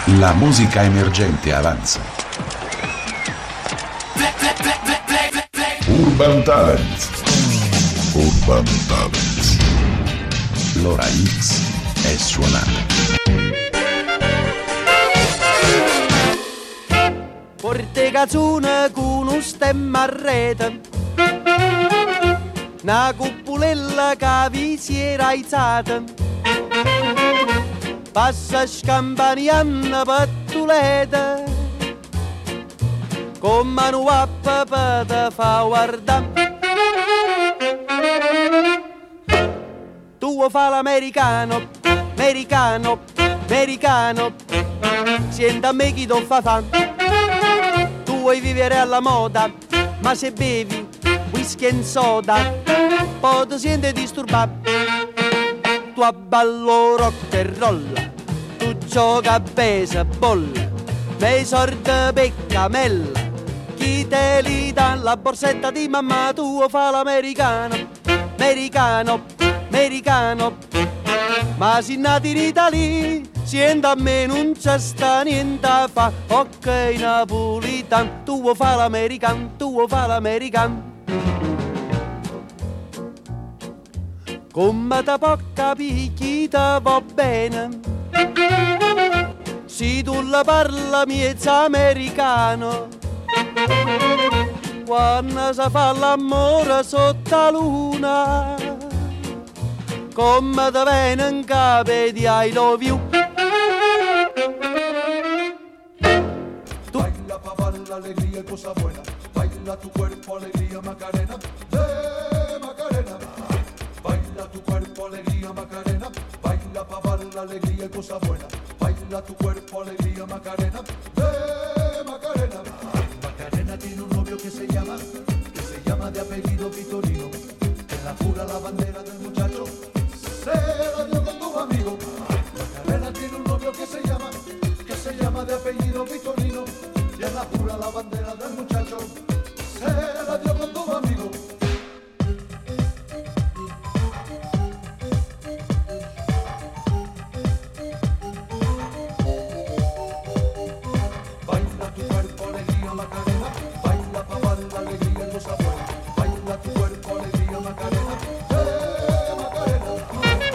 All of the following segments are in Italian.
La musica emergente avanza. Urban Talent. Urban Talent. L'ora X è suonata. Porte cazzone con un stemma a rete, una cupolella che vi si era aizzata, passa scampanianna pattuleta, con mano a papà te fa guardare. Tu fa l'americano, americano, americano, senta a me chi ti fa fan. Tu vuoi vivere alla moda, ma se bevi whisky e soda, poi ti senti disturbato. Tu abballo rock e roll, tu gioca a baseball, mei sordi peccamella, chi te li dà la borsetta di mamma, tu fa l'americano, americano, americano, ma si nati in Italia, siendo a me non c'è sta niente a fa, ok napolitan, tu fa l'american, tu fa l'american. Come te può capire chi te va bene, se tu la parla miezza americano, quando si fa l'amore sotto la luna, come te viene in capo di I love you. Baila pa' dar la alegría y cosa buena, baila tu cuerpo alegría Macarena, Macarena. Baila tu cuerpo alegría Macarena, baila pa' dar la alegría y cosa buena, baila tu cuerpo alegría Macarena, Macarena. Macarena tiene un novio que se llama de apellido Vitorino, que la jura la bandera del muchacho, se la dio con tu amigo. Macarena tiene un novio que se llama de apellido Vitorino, y en la jura la bandera del muchacho, se la dio con tu amigo. Baila tu cuerpo alegría Macarena, baila pa' dar la alegría y cosa buena, baila tu cuerpo alegría Macarena, Macarena.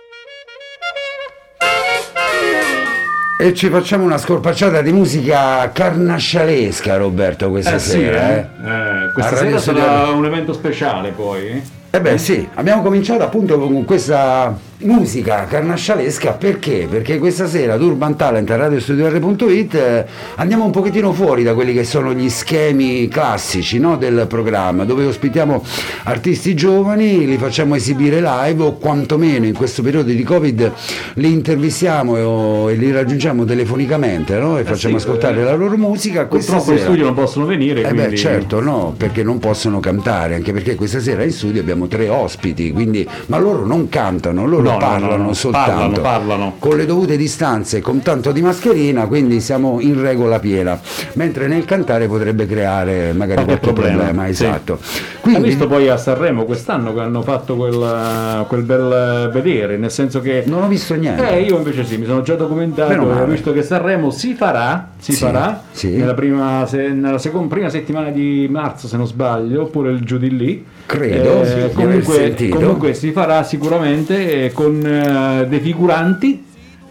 E ci facciamo una scorpacciata di musica carnascialesca, Roberto, questa sera. Questa sera sarà un evento speciale poi. Eh beh sì, abbiamo cominciato appunto con questa musica carnascialesca perché? Perché questa sera ad Urban Talent a radiostudio.it andiamo un pochettino fuori da quelli che sono gli schemi classici, no, del programma, dove ospitiamo artisti giovani, li facciamo esibire live o quantomeno in questo periodo di Covid li intervistiamo e li raggiungiamo telefonicamente, no? E facciamo ascoltare la loro musica. Purtroppo in studio non possono venire, quindi... beh certo, no, perché non possono cantare, anche perché questa sera in studio abbiamo 3 ospiti, quindi ma loro non cantano, loro parlano soltanto, parlano con le dovute distanze, con tanto di mascherina, quindi siamo in regola piena, mentre nel cantare potrebbe creare magari qualche problema. Esatto. Sì. Quindi... Hai visto poi a Sanremo quest'anno che hanno fatto quel bel vedere, nel senso che non ho visto niente. Io invece sì, mi sono già documentato, ho visto che Sanremo si farà nella prima prima settimana di marzo, se non sbaglio, oppure il giù di lì. Credo, comunque si farà sicuramente con dei figuranti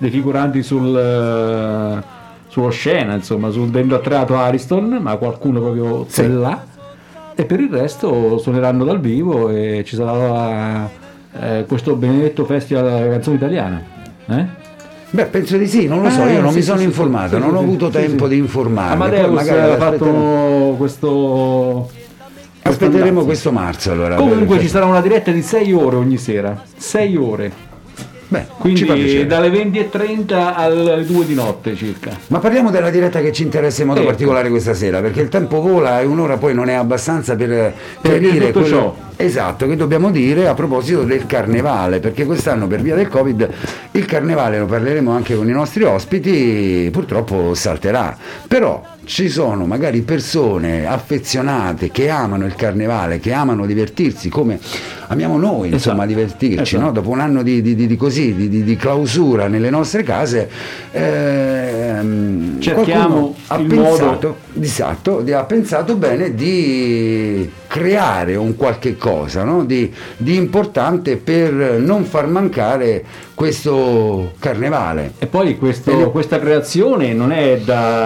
sullo scena, insomma, sul dentro Ariston, ma qualcuno proprio là, e per il resto suoneranno dal vivo e ci sarà questo benedetto festival della canzone italiana. Beh, penso di sì, non lo so, io non mi sono informato, non ho avuto tempo di informarmi. Amadeus ha fatto questo... Aspetteremo questo marzo allora. Comunque ci sarà una diretta di 6 ore ogni sera, 6 ore. Beh, quindi dalle 20:30 alle 2 di notte circa. Ma parliamo della diretta che ci interessa in modo particolare questa sera, perché il tempo vola e un'ora poi non è abbastanza per dire tutto ciò. Esatto, che dobbiamo dire a proposito del carnevale, perché quest'anno per via del Covid il carnevale, lo parleremo anche con i nostri ospiti, purtroppo salterà. Però ci sono magari persone affezionate che amano il carnevale, che amano divertirsi come amiamo noi, insomma, divertirci, no? Dopo un anno di clausura nelle nostre case, cerchiamo ha pensato bene di creare un qualche cosa, no? di importante per non far mancare questo carnevale. E poi questa creazione non è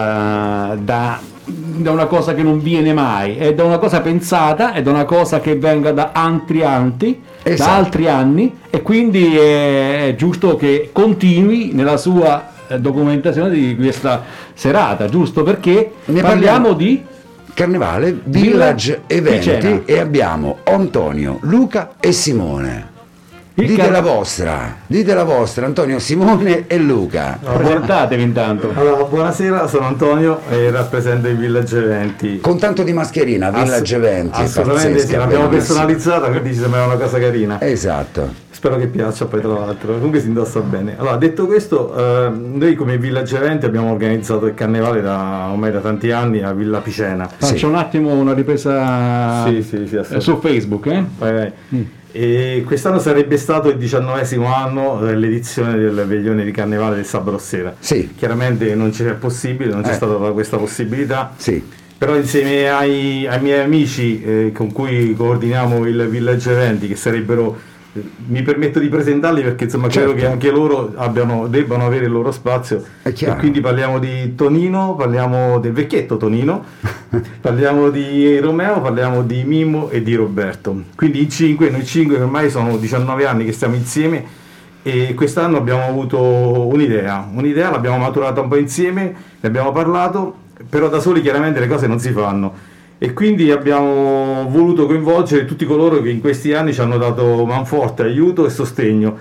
da una cosa che non viene mai, è da una cosa pensata, è da una cosa che venga da altri anni, esatto, da altri anni, e quindi è giusto che continui nella sua documentazione di questa serata, giusto perché parliamo di Carnevale Village Eventi Picena. E abbiamo Antonio, Luca e Simone. Dite la vostra, Antonio, Simone e Luca. Presentatevi intanto. Allora, buonasera, sono Antonio e rappresento il Village Eventi. Con tanto di mascherina, Village Eventi. Assolutamente pazzesca, sì, l'abbiamo bellissima. personalizzata, quindi ci sembra una cosa carina. Esatto. Spero che piaccia poi, tra l'altro, comunque si indossa bene. Allora, detto questo, noi come Village Eventi abbiamo organizzato il carnevale ormai da tanti anni a Villa Picena. Faccio un attimo una ripresa su Facebook. Vai. E quest'anno sarebbe stato il 19° anno dell'edizione del veglione di carnevale del sabato sera. Sì. Chiaramente non c'è possibile, non c'è stata questa possibilità. Sì. Però insieme ai miei amici con cui coordiniamo il Village Eventi, che sarebbero, mi permetto di presentarli perché insomma credo che anche loro debbano avere il loro spazio, e quindi parliamo di Tonino, parliamo del vecchietto Tonino, parliamo di Romeo, parliamo di Mimmo e di Roberto. Quindi noi cinque ormai sono 19 anni che stiamo insieme, e quest'anno abbiamo avuto un'idea, l'abbiamo maturata un po' insieme, ne abbiamo parlato, però da soli chiaramente le cose non si fanno. E quindi abbiamo voluto coinvolgere tutti coloro che in questi anni ci hanno dato manforte, aiuto e sostegno.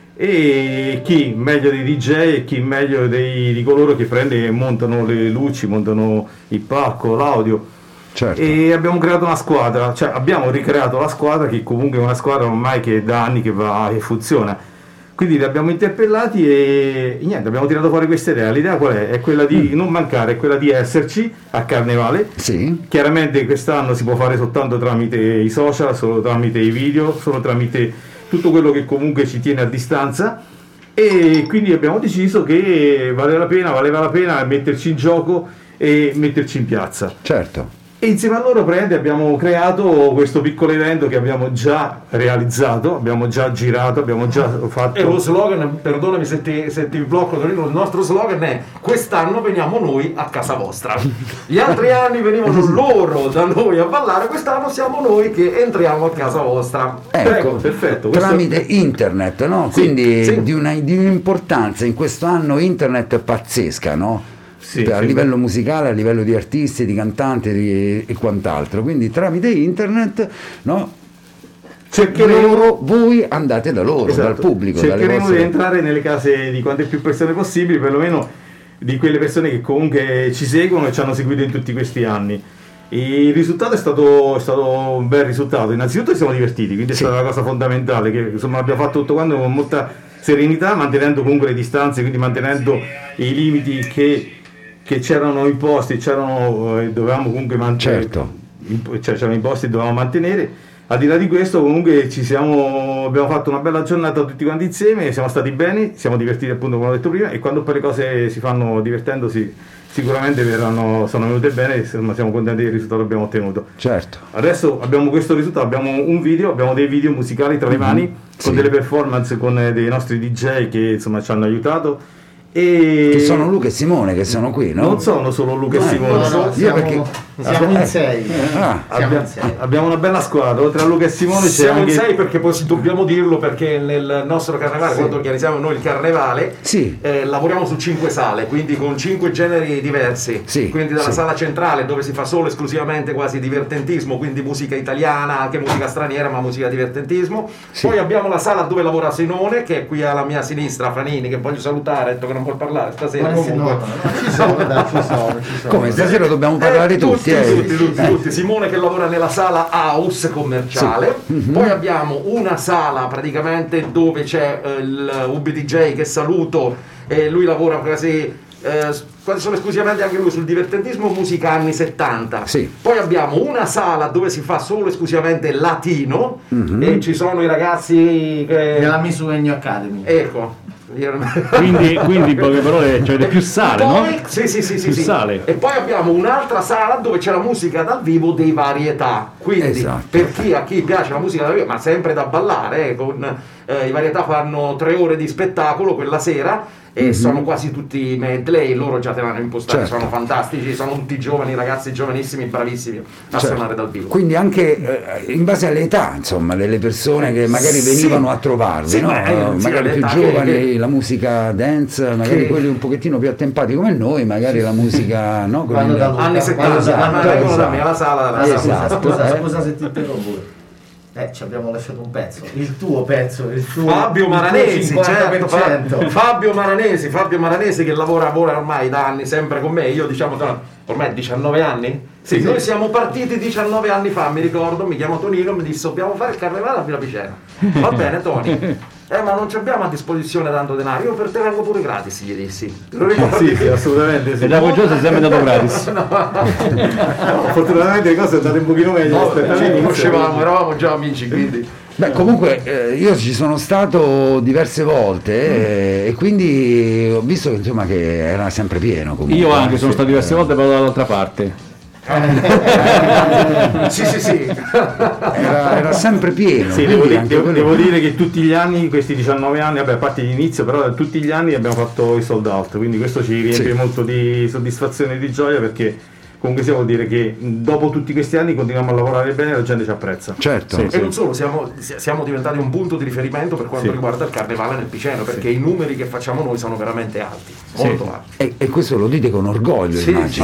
E chi meglio dei DJ e chi meglio di coloro che montano le luci, montano il palco, l'audio. Certo. E abbiamo creato una squadra, cioè abbiamo ricreato la squadra, che comunque è una squadra ormai che da anni che funziona. Quindi li abbiamo interpellati e niente, abbiamo tirato fuori questa idea. L'idea qual è? È quella di non mancare, è quella di esserci a Carnevale. Sì. Chiaramente quest'anno si può fare soltanto tramite i social, solo tramite i video, solo tramite tutto quello che comunque ci tiene a distanza, e quindi abbiamo deciso che valeva la pena metterci in gioco e metterci in piazza. Certo. E insieme a loro abbiamo creato questo piccolo evento che abbiamo già realizzato, abbiamo già girato, abbiamo già fatto. E lo slogan, perdonami se ti blocco, il nostro slogan è: quest'anno veniamo noi a casa vostra. Gli altri anni venivano loro da noi a ballare, quest'anno siamo noi che entriamo a casa vostra. Ecco, perfetto. Tramite internet, no? Sì, Quindi sì. Di un'importanza in questo anno internet pazzesca, no? A livello musicale, a livello di artisti, di cantanti e quant'altro. Quindi tramite internet, no? Voi andate da loro, esatto, dal pubblico. Cercheremo di entrare nelle case di quante più persone possibili, perlomeno di quelle persone che comunque ci seguono e ci hanno seguito in tutti questi anni. Il risultato è stato un bel risultato. Innanzitutto ci siamo divertiti, quindi è stata una cosa fondamentale, che insomma abbiamo fatto tutto quanto con molta serenità, mantenendo comunque le distanze, quindi mantenendo i limiti che c'erano imposti, dovevamo comunque mantenere. Certo. C'erano imposti e dovevamo mantenere. Al di là di questo comunque abbiamo fatto una bella giornata tutti quanti insieme, siamo stati bene, siamo divertiti appunto come ho detto prima, e quando poi le cose si fanno divertendosi sicuramente sono venute bene, siamo contenti del risultato che abbiamo ottenuto. Certo. Adesso abbiamo questo risultato, abbiamo dei video musicali tra le mani, con delle performance con dei nostri DJ che insomma ci hanno aiutato. Che sono Luca e Simone, che sono qui, no? Non sono solo Luca e Simone, siamo in 6. Abbiamo una bella squadra, oltre a Luca e Simone siamo in 6 perché poi dobbiamo dirlo, perché nel nostro carnevale, quando organizziamo noi il carnevale, lavoriamo su 5 sale, quindi con 5 generi diversi, quindi dalla sala centrale dove si fa solo esclusivamente quasi divertentismo, quindi musica italiana, anche musica straniera, ma musica divertentismo. Poi abbiamo la sala dove lavora Sinone, che è qui alla mia sinistra, Franini, che voglio salutare, detto che non può parlare stasera. Ci sono. Come stasera dobbiamo parlare tutti. Simone che lavora nella sala house commerciale. Poi abbiamo una sala praticamente dove c'è il UBDJ, che saluto, e lui lavora quasi sono esclusivamente anche lui sul divertentismo, musica anni 70. Sì. Poi abbiamo una sala dove si fa solo esclusivamente latino, e ci sono i ragazzi della Miss Ennio Academy. Ecco. Quindi in poche parole c'è più sale, poi, no? Sì. Sale. E poi abbiamo un'altra sala dove c'è la musica dal vivo dei varietà. Quindi per a chi piace la musica dal vivo, ma sempre da ballare, con i varietà fanno 3 ore di spettacolo quella sera. E sono quasi tutti medley, loro già te l'hanno impostato, sono fantastici, sono tutti giovani, ragazzi giovanissimi, bravissimi a suonare dal vivo. Quindi anche in base all'età, insomma, delle persone che magari venivano a trovarvi, no? Magari più giovani, la musica dance, magari quelli un pochettino più attempati come noi, magari la musica, no? Anni 70, vengono da me alla sala. Scusa se ti interrompo. Ci abbiamo lasciato un pezzo, il tuo Fabio Maranesi, 50%. Fabio Maranesi che lavora ormai da anni sempre con me, io diciamo ormai 19 anni? Sì. Noi siamo partiti 19 anni fa, mi ricordo, mi chiamo Tonino, mi disse dobbiamo fare il carnevale a Villa Picena. Va bene Toni, ma non abbiamo a disposizione tanto denaro, io per te vengo pure gratis, gli dissi. Lo ricordi? Sì, assolutamente sì. E da quel giorno sei sempre andato gratis. No, fortunatamente le cose sono andate un pochino meglio. Ci conoscevamo, eravamo già amici, quindi. Beh, comunque io ci sono stato diverse volte e quindi ho visto che insomma che era sempre pieno. Comunque. Io anche sono stato diverse volte, però dall'altra parte. Sì. Era sempre pieno. Sì, devo dire che tutti gli anni, questi 19 anni, vabbè, a parte l'inizio, però tutti gli anni abbiamo fatto i sold out, quindi questo ci riempie molto di soddisfazione e di gioia, perché comunque vuol dire che dopo tutti questi anni continuiamo a lavorare bene e la gente ci apprezza. Certo. E non solo, siamo diventati un punto di riferimento per quanto riguarda il carnevale nel Piceno, perché i numeri che facciamo noi sono veramente alti, molto alti. E questo lo dite con orgoglio, immagino.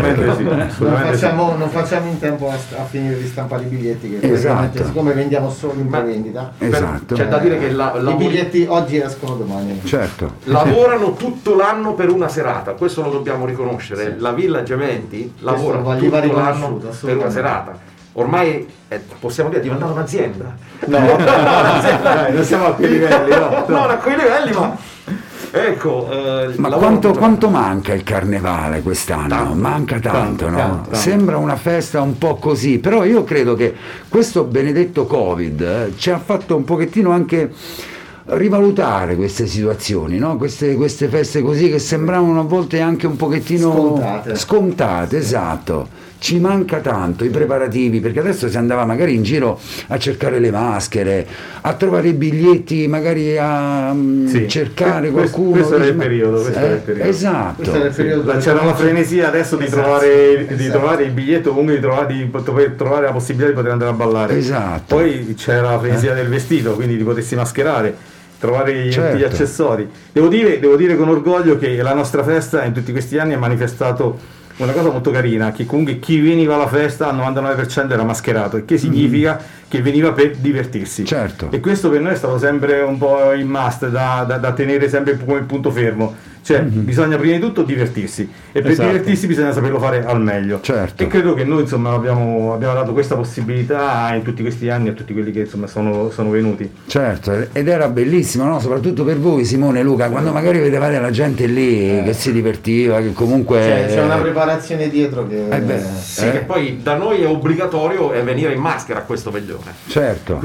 Non facciamo in tempo a finire di stampare i biglietti, che siccome vendiamo solo in prevendita. Esatto. C'è da dire che i biglietti oggi escono domani. Certo. Lavorano tutto l'anno per una serata, questo lo dobbiamo riconoscere. La Village Eventi lavora tutto l'anno per una serata. Ormai possiamo dire è diventata un'azienda. No, non siamo a quei livelli, non a quei livelli, ma ecco. Ma quanto manca il carnevale quest'anno? Manca tanto, no? Tanto. Sembra una festa un po' così, però io credo che questo benedetto Covid ci ha fatto un pochettino anche rivalutare queste situazioni, no? Queste feste così che sembravano a volte anche un pochettino scontate, esatto. Ci manca tanto i preparativi, perché adesso si andava magari in giro a cercare le maschere, a trovare i biglietti, magari a cercare qualcuno. Questo era il periodo. Esatto. C'era una frenesia adesso di trovare il biglietto, comunque di poter trovare la possibilità di poter andare a ballare. Esatto. Poi c'era la frenesia del vestito, quindi di potersi mascherare, trovare gli accessori. Devo dire con orgoglio che la nostra festa in tutti questi anni ha manifestato una cosa molto carina, che comunque chi veniva alla festa al 99% era mascherato, il che significa che veniva per divertirsi. Certo. E questo per noi è stato sempre un po' il must da tenere sempre come punto fermo. Cioè bisogna prima di tutto divertirsi, e per divertirsi bisogna saperlo fare al meglio. Certo. E credo che noi insomma abbiamo dato questa possibilità in tutti questi anni a tutti quelli che insomma sono venuti. Certo, ed era bellissimo, no? Soprattutto per voi, Simone e Luca, quando magari vedevate la gente lì che si divertiva, che comunque c'è una preparazione dietro che che poi da noi è obbligatorio venire in maschera a questo veglione. Certo.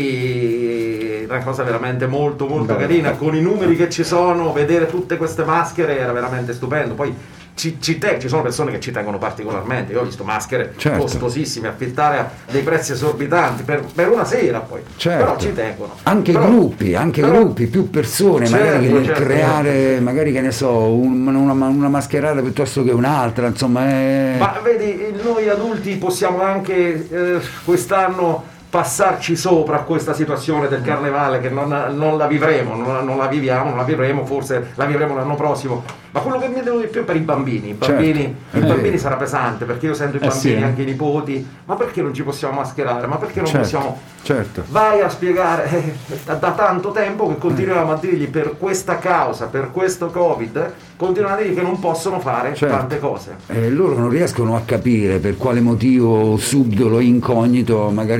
Quindi è una cosa veramente molto molto carina, con i numeri che ci sono, vedere tutte queste maschere era veramente stupendo. Poi ci sono persone che ci tengono particolarmente. Io ho visto maschere costosissime, affittare a dei prezzi esorbitanti per una sera, poi però ci tengono. Anche gruppi, più persone, magari nel creare, magari che ne so, una mascherata piuttosto che un'altra, insomma. Ma vedi, noi adulti possiamo anche quest'anno passarci sopra questa situazione del carnevale, che non la vivremo, non la vivremo, forse la vivremo l'anno prossimo, ma quello che mi devo di più è per i bambini. I bambini sarà pesante, perché io sento i bambini, anche i nipoti, ma perché non ci possiamo mascherare, ma perché non possiamo vai a spiegare da tanto tempo che continuiamo a dirgli per questa causa, per questo Covid, continuano a dirgli che non possono fare tante cose, loro non riescono a capire per quale motivo subdolo, incognito, magari non si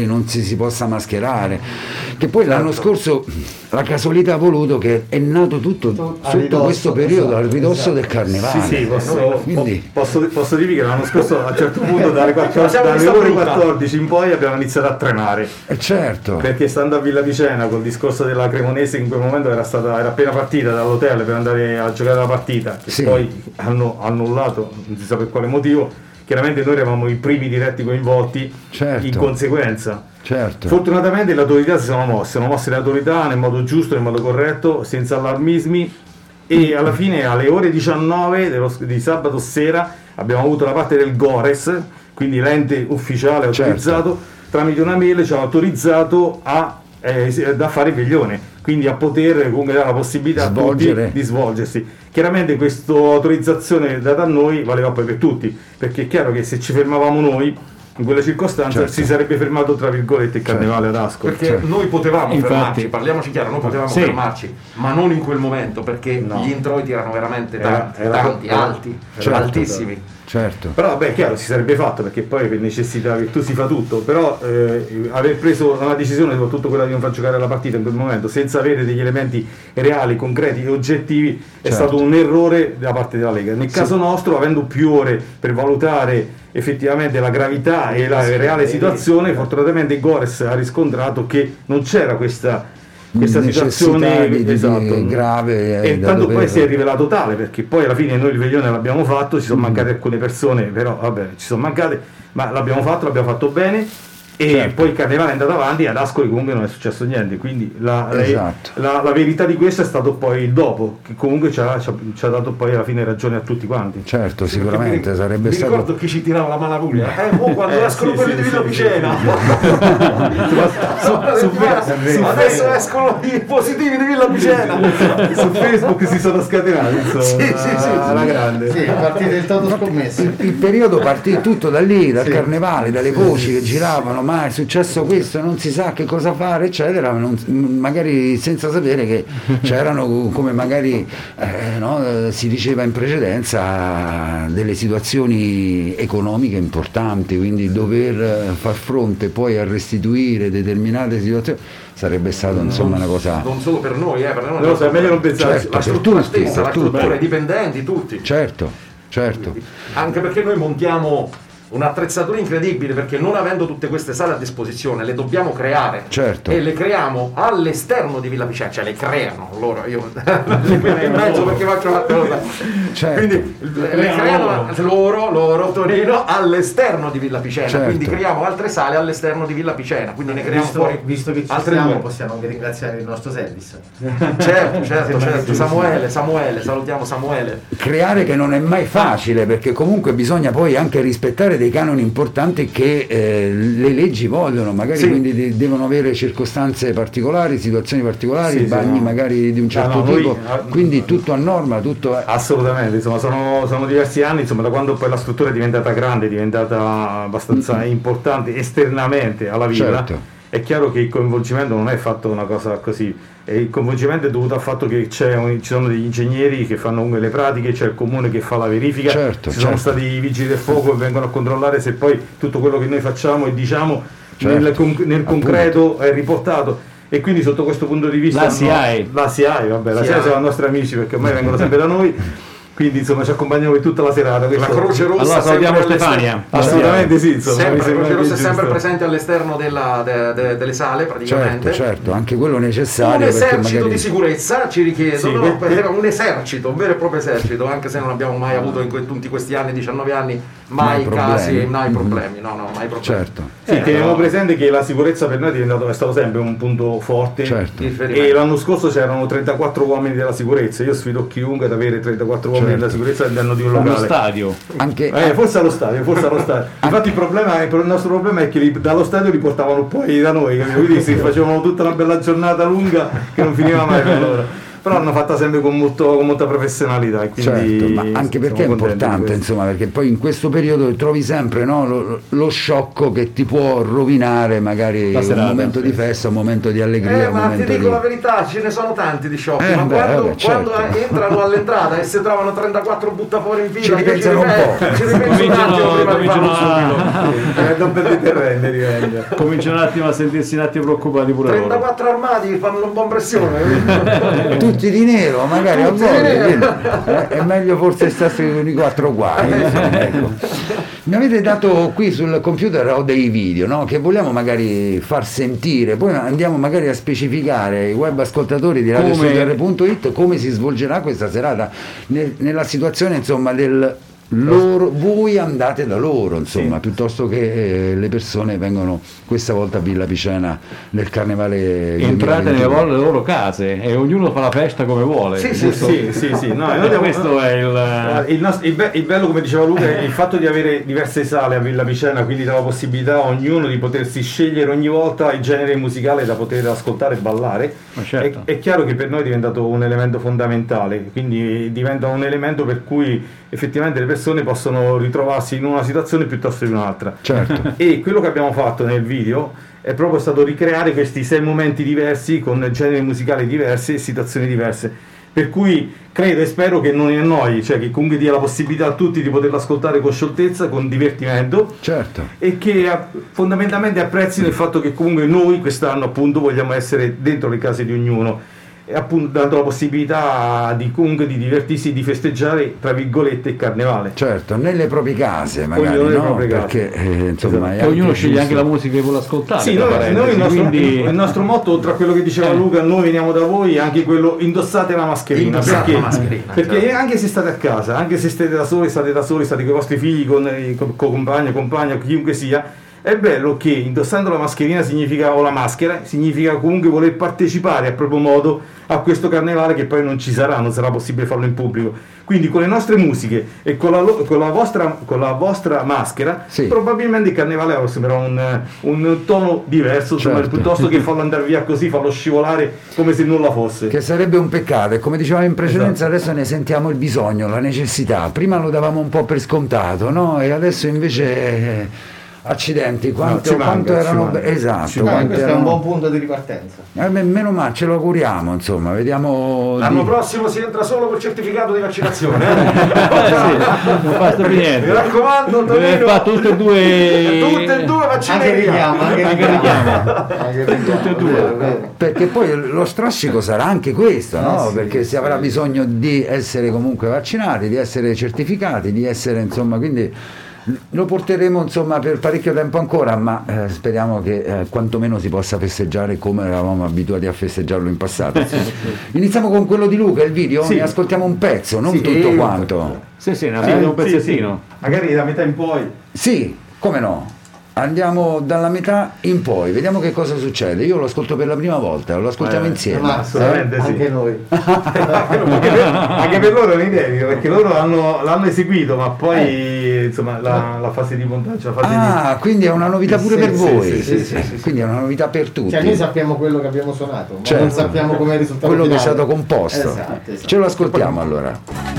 si possa mascherare, che poi l'anno scorso la casualità ha voluto che è nato tutto sotto questo periodo, al ridosso del carnevale. Sì, posso dirvi che l'anno scorso a un certo punto dalle ore 14 in poi abbiamo iniziato a tremare. Certo. Perché stando a Villa Picena col discorso della Cremonese, in quel momento era appena partita dall'hotel per andare a giocare la partita, che poi hanno annullato, non si sa per quale motivo. Chiaramente noi eravamo i primi diretti coinvolti, in conseguenza. Certo. Fortunatamente le autorità si sono mosse le autorità nel modo giusto, nel modo corretto, senza allarmismi, e alla fine alle ore 19 di sabato sera abbiamo avuto da parte del Gores, quindi l'ente ufficiale autorizzato, tramite una mail ci ha autorizzato a fare il veglione, quindi a poter comunque dare la possibilità a tutti di svolgersi. Chiaramente questa autorizzazione data a noi valeva poi per tutti, perché è chiaro che se ci fermavamo noi in quella circostanza si sarebbe fermato tra virgolette il carnevale ad Ascoli, perché noi potevamo fermarci, parliamoci chiaro, noi potevamo fermarci, ma non in quel momento, perché gli introiti erano veramente tanti, alti, altissimi. Certo. Però vabbè, è chiaro, si sarebbe fatto, perché poi per necessità virtù si fa tutto, però aver preso una decisione, soprattutto quella di non far giocare la partita in quel momento senza avere degli elementi reali, concreti e oggettivi, è stato un errore da parte della Lega. Nel caso nostro, avendo più ore per valutare effettivamente la gravità e la reale situazione, fortunatamente Gores ha riscontrato che non c'era questa situazione grave, e tanto poi si è rivelato tale, perché poi alla fine noi il veglione l'abbiamo fatto, ci sono mancate alcune persone, però vabbè, ci sono mancate, ma l'abbiamo fatto bene, e poi il carnevale è andato avanti, ad Ascoli comunque non è successo niente, quindi la verità di questo è stato poi il dopo, che comunque ci ha dato poi alla fine ragione a tutti quanti. Certo, sicuramente sarebbe stato. Mi ricordo chi ci tirava la Malaguglia, quando escono quelli di Villa Picena. Adesso escono i positivi di Villa Picena. Su Facebook si sono scatenati, alla grande. Sì, partite il toto scommesse. Il periodo partì tutto da lì, dal carnevale, dalle voci che giravano, ma è successo questo, non si sa che cosa fare, eccetera, magari senza sapere che c'erano, come magari si diceva in precedenza, delle situazioni economiche importanti, quindi dover far fronte poi a restituire determinate situazioni sarebbe stato insomma una cosa, non solo per noi, per noi no, è meglio non pensare, la struttura stessa, la struttura, i dipendenti, tutti. Certo. Anche perché noi montiamo un'attrezzatura incredibile, perché non avendo tutte queste sale a disposizione le dobbiamo creare, e le creiamo all'esterno di Villa Picena, cioè le creano loro, io le metto in mezzo perché faccio la cosa, quindi le creano loro Torino all'esterno di Villa Picena, quindi creiamo altre sale all'esterno di Villa Picena, quindi ne creiamo fuori, visto che ci altre siamo, possiamo anche ringraziare il nostro service. Certo, Samuele, salutiamo Samuele. Creare che non è mai facile, perché comunque bisogna poi anche rispettare dei canoni importanti che le leggi vogliono, magari quindi devono avere circostanze particolari, situazioni particolari, bagni magari di un certo tipo, quindi tutto a norma, tutto assolutamente, insomma sono diversi anni, insomma, da quando poi la struttura è diventata grande, è diventata abbastanza importante esternamente alla villa. È chiaro che il coinvolgimento non è fatto una cosa così, e il coinvolgimento è dovuto al fatto che ci sono degli ingegneri che fanno le pratiche, c'è il comune che fa la verifica, ci sono stati i vigili del fuoco che vengono a controllare se poi tutto quello che noi facciamo e diciamo nel concreto è riportato, e quindi sotto questo punto di vista la SIAE sono i nostri amici, perché ormai vengono sempre da noi. Quindi insomma ci accompagniamo per tutta la serata. La Croce Rossa, allora salutiamo Stefania. Assolutamente sì, insomma, la Croce Rossa è sempre presente all'esterno delle sale, praticamente. Certo, anche quello necessario. Un esercito di sicurezza ci richiedono, era un esercito, un vero e proprio esercito, anche se non abbiamo mai avuto in tutti questi anni, 19 anni, mai casi, mai problemi, mai problemi. Certo. Teniamo presente che la sicurezza per noi è stato sempre un punto forte, e l'anno scorso c'erano 34 uomini della sicurezza. Io sfido chiunque ad avere 34 uomini della sicurezza all'interno di un locale. Allo stadio. Forse allo stadio. Infatti il nostro problema è che dallo stadio li portavano poi da noi, quindi si facevano tutta una bella giornata lunga che non finiva mai per loro. però l'hanno fatta sempre con molta professionalità, e quindi certo, ma anche perché è importante, insomma, perché poi in questo periodo trovi sempre, no, lo sciocco che ti può rovinare magari un momento di festa, un momento di allegria, un ma momento ti dico la verità, ce ne sono tanti di sciocchi, ma quando entrano all'entrata e si trovano 34 buttafuori in fila, ci ripensano un po', ci ripensano un attimo prima di non perdete il rende, cominciano un attimo a sentirsi un attimo preoccupati pure 34 armati fanno una buona pressione. Tutti di nero, magari a volte è meglio forse stare con i 4 uguali. Ecco. Mi avete dato qui sul computer ho dei video, no? Che vogliamo magari far sentire, poi andiamo magari a specificare ai web ascoltatori di radiostudio.it come si svolgerà questa serata nella situazione, insomma, del loro, voi andate da loro, insomma, piuttosto che le persone vengono questa volta a Villa Picena nel carnevale. Entrate nelle loro case e ognuno fa la festa come vuole. Sì. No, questo è il bello, come diceva Luca, è il fatto di avere diverse sale a Villa Picena, quindi dà la possibilità a ognuno di potersi scegliere ogni volta il genere musicale da poter ascoltare e ballare. Certo. È chiaro che per noi è diventato un elemento fondamentale, quindi diventa un elemento per cui effettivamente le persone possono ritrovarsi in una situazione piuttosto che in un'altra. Certo. E quello che abbiamo fatto nel video è proprio stato ricreare questi 6 momenti diversi con generi musicali diversi e situazioni diverse, per cui credo e spero che non annoi, cioè che comunque dia la possibilità a tutti di poterlo ascoltare con scioltezza, con divertimento, certo, e che fondamentalmente apprezzino il fatto che comunque noi quest'anno appunto vogliamo essere dentro le case di ognuno, e appunto dando la possibilità di comunque di divertirsi, di festeggiare tra virgolette il carnevale. Certo, nelle proprie case magari, no? Perché insomma esatto. Ognuno sceglie anche la musica che vuole ascoltare. Sì, noi il nostro motto, oltre a quello che diceva Luca, noi veniamo da voi, anche quello indossate la mascherina, perché certo, anche se state a casa, anche se state da soli, state con i vostri figli, con compagni, chiunque sia, è bello che indossando la mascherina significa, o la maschera, significa comunque voler partecipare a proprio modo a questo carnevale, che poi non sarà possibile farlo in pubblico. Quindi con le nostre musiche e con la vostra maschera, sì, probabilmente il carnevale sembrerà un tono diverso, certo, piuttosto che farlo andare via così, farlo scivolare come se nulla fosse. Che sarebbe un peccato, e come dicevamo in precedenza, esatto, adesso ne sentiamo il bisogno, la necessità. Prima lo davamo un po' per scontato, no? E adesso invece... accidenti, quanto erano, esatto, questo è un buon punto di ripartenza. Meno male, ce lo auguriamo, insomma, vediamo. L'anno prossimo si entra solo col certificato di vaccinazione. Non basta più niente. Mi raccomando, deve fare tutte e due vaccinati. Anche richiamo. Tutte e due. Perché poi lo strascico sarà anche questo, no? Sì, perché si avrà bisogno di essere comunque vaccinati, di essere certificati, di essere, insomma, quindi lo porteremo, insomma, per parecchio tempo ancora, ma speriamo che quantomeno si possa festeggiare come eravamo abituati a festeggiarlo in passato. Iniziamo con quello di Luca, il video, sì, ne ascoltiamo un pezzo, non tutto quanto. Sì, un pezzettino. Sì. Magari da metà in poi. Sì, come no? Andiamo dalla metà in poi, vediamo che cosa succede. Io lo ascolto per la prima volta, lo ascoltiamo insieme. Assolutamente sì. Anche noi. Anche per loro è un'idea, perché loro l'hanno eseguito, ma poi insomma la fase di montaggio, quindi è una novità pure per voi. Sì. Quindi è una novità per tutti. Cioè noi sappiamo quello che abbiamo suonato, ma certo, non sappiamo com'è il risultato quello finale, che è stato composto. Esatto. Ce lo ascoltiamo allora.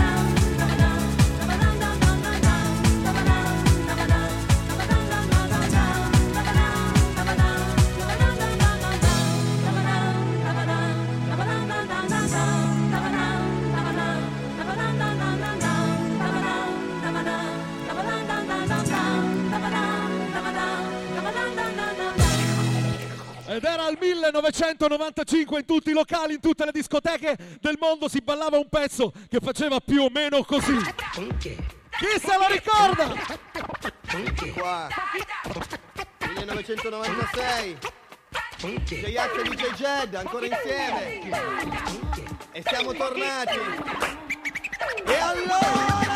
Ed era il 1995, in tutti i locali, in tutte le discoteche del mondo si ballava un pezzo che faceva più o meno così. Chi se lo ricorda? Qua 1996, J-Ax e DJ Jed ancora insieme, e siamo tornati. E allora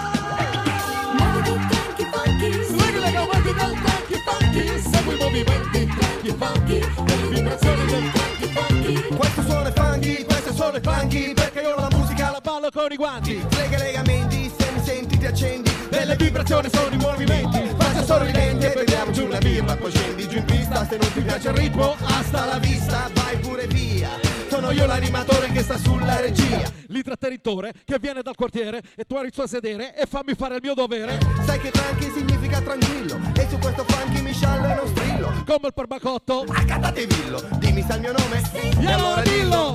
seguile che avanti del funky funky, segui i movimenti funky funky, le vibrazioni del funky funky. Questo suono è funky, questo suono è funky, perché io la musica la ballo con i guanti. Lega i legamenti, se mi senti ti accendi, delle vibrazioni sono i movimenti. Faccia sorridente, beviamoci una birra, poi scendi giù in pista. Se non ti piace il ritmo, hasta la vista, vai pure via. Sono Sono io l'animatore che sta sulla regia, l'intrattenitore che viene dal quartiere e tu eri il suo sedere e fammi fare il mio dovere. Sai che tranqui significa tranquillo, e su questo funky mi sciallo e non strillo. Come il perbacotto, Accatate villo, dimmi se è il mio nome, e allora dillo.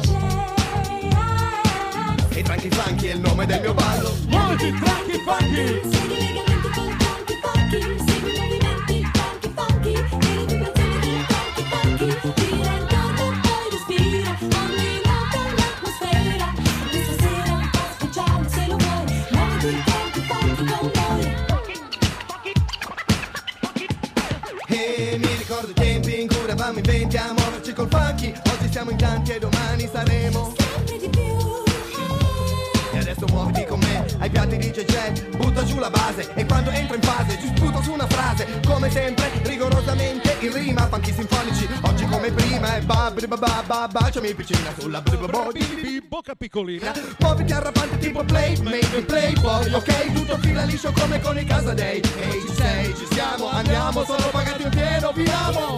E tranqui funky è il nome del mio ballo. Muoviti tranqui funky. Segui i legamenti con il funky funky, segui i movimenti funky funky, e le vibrazioni del funky funky. Gira intorno e poi respira, ogni notte l'atmosfera. Questa sera è un po' speciale, se lo vuoi, muoviti il funky funky con noi. E mi ricordo i tempi in cui eravamo in 20 a muoverci col funky. Oggi siamo in tanti e domani saremo sempre di più. E adesso muoviti con me, ai piatti di JJ, butta giù la base. E quando entro in fase, ci sputo su una frase. Come sempre, rigorosamente in rima, funky sinfonici, oggi come prima. E baciami piccina sulla bocca piccolina. Muoviti arrampante tipo play, made in playboy. Ok, tutto fila liscio come con i Casa Day. Ehi, ci sei, ci siamo, andiamo, sono pagati in pieno, viviamo.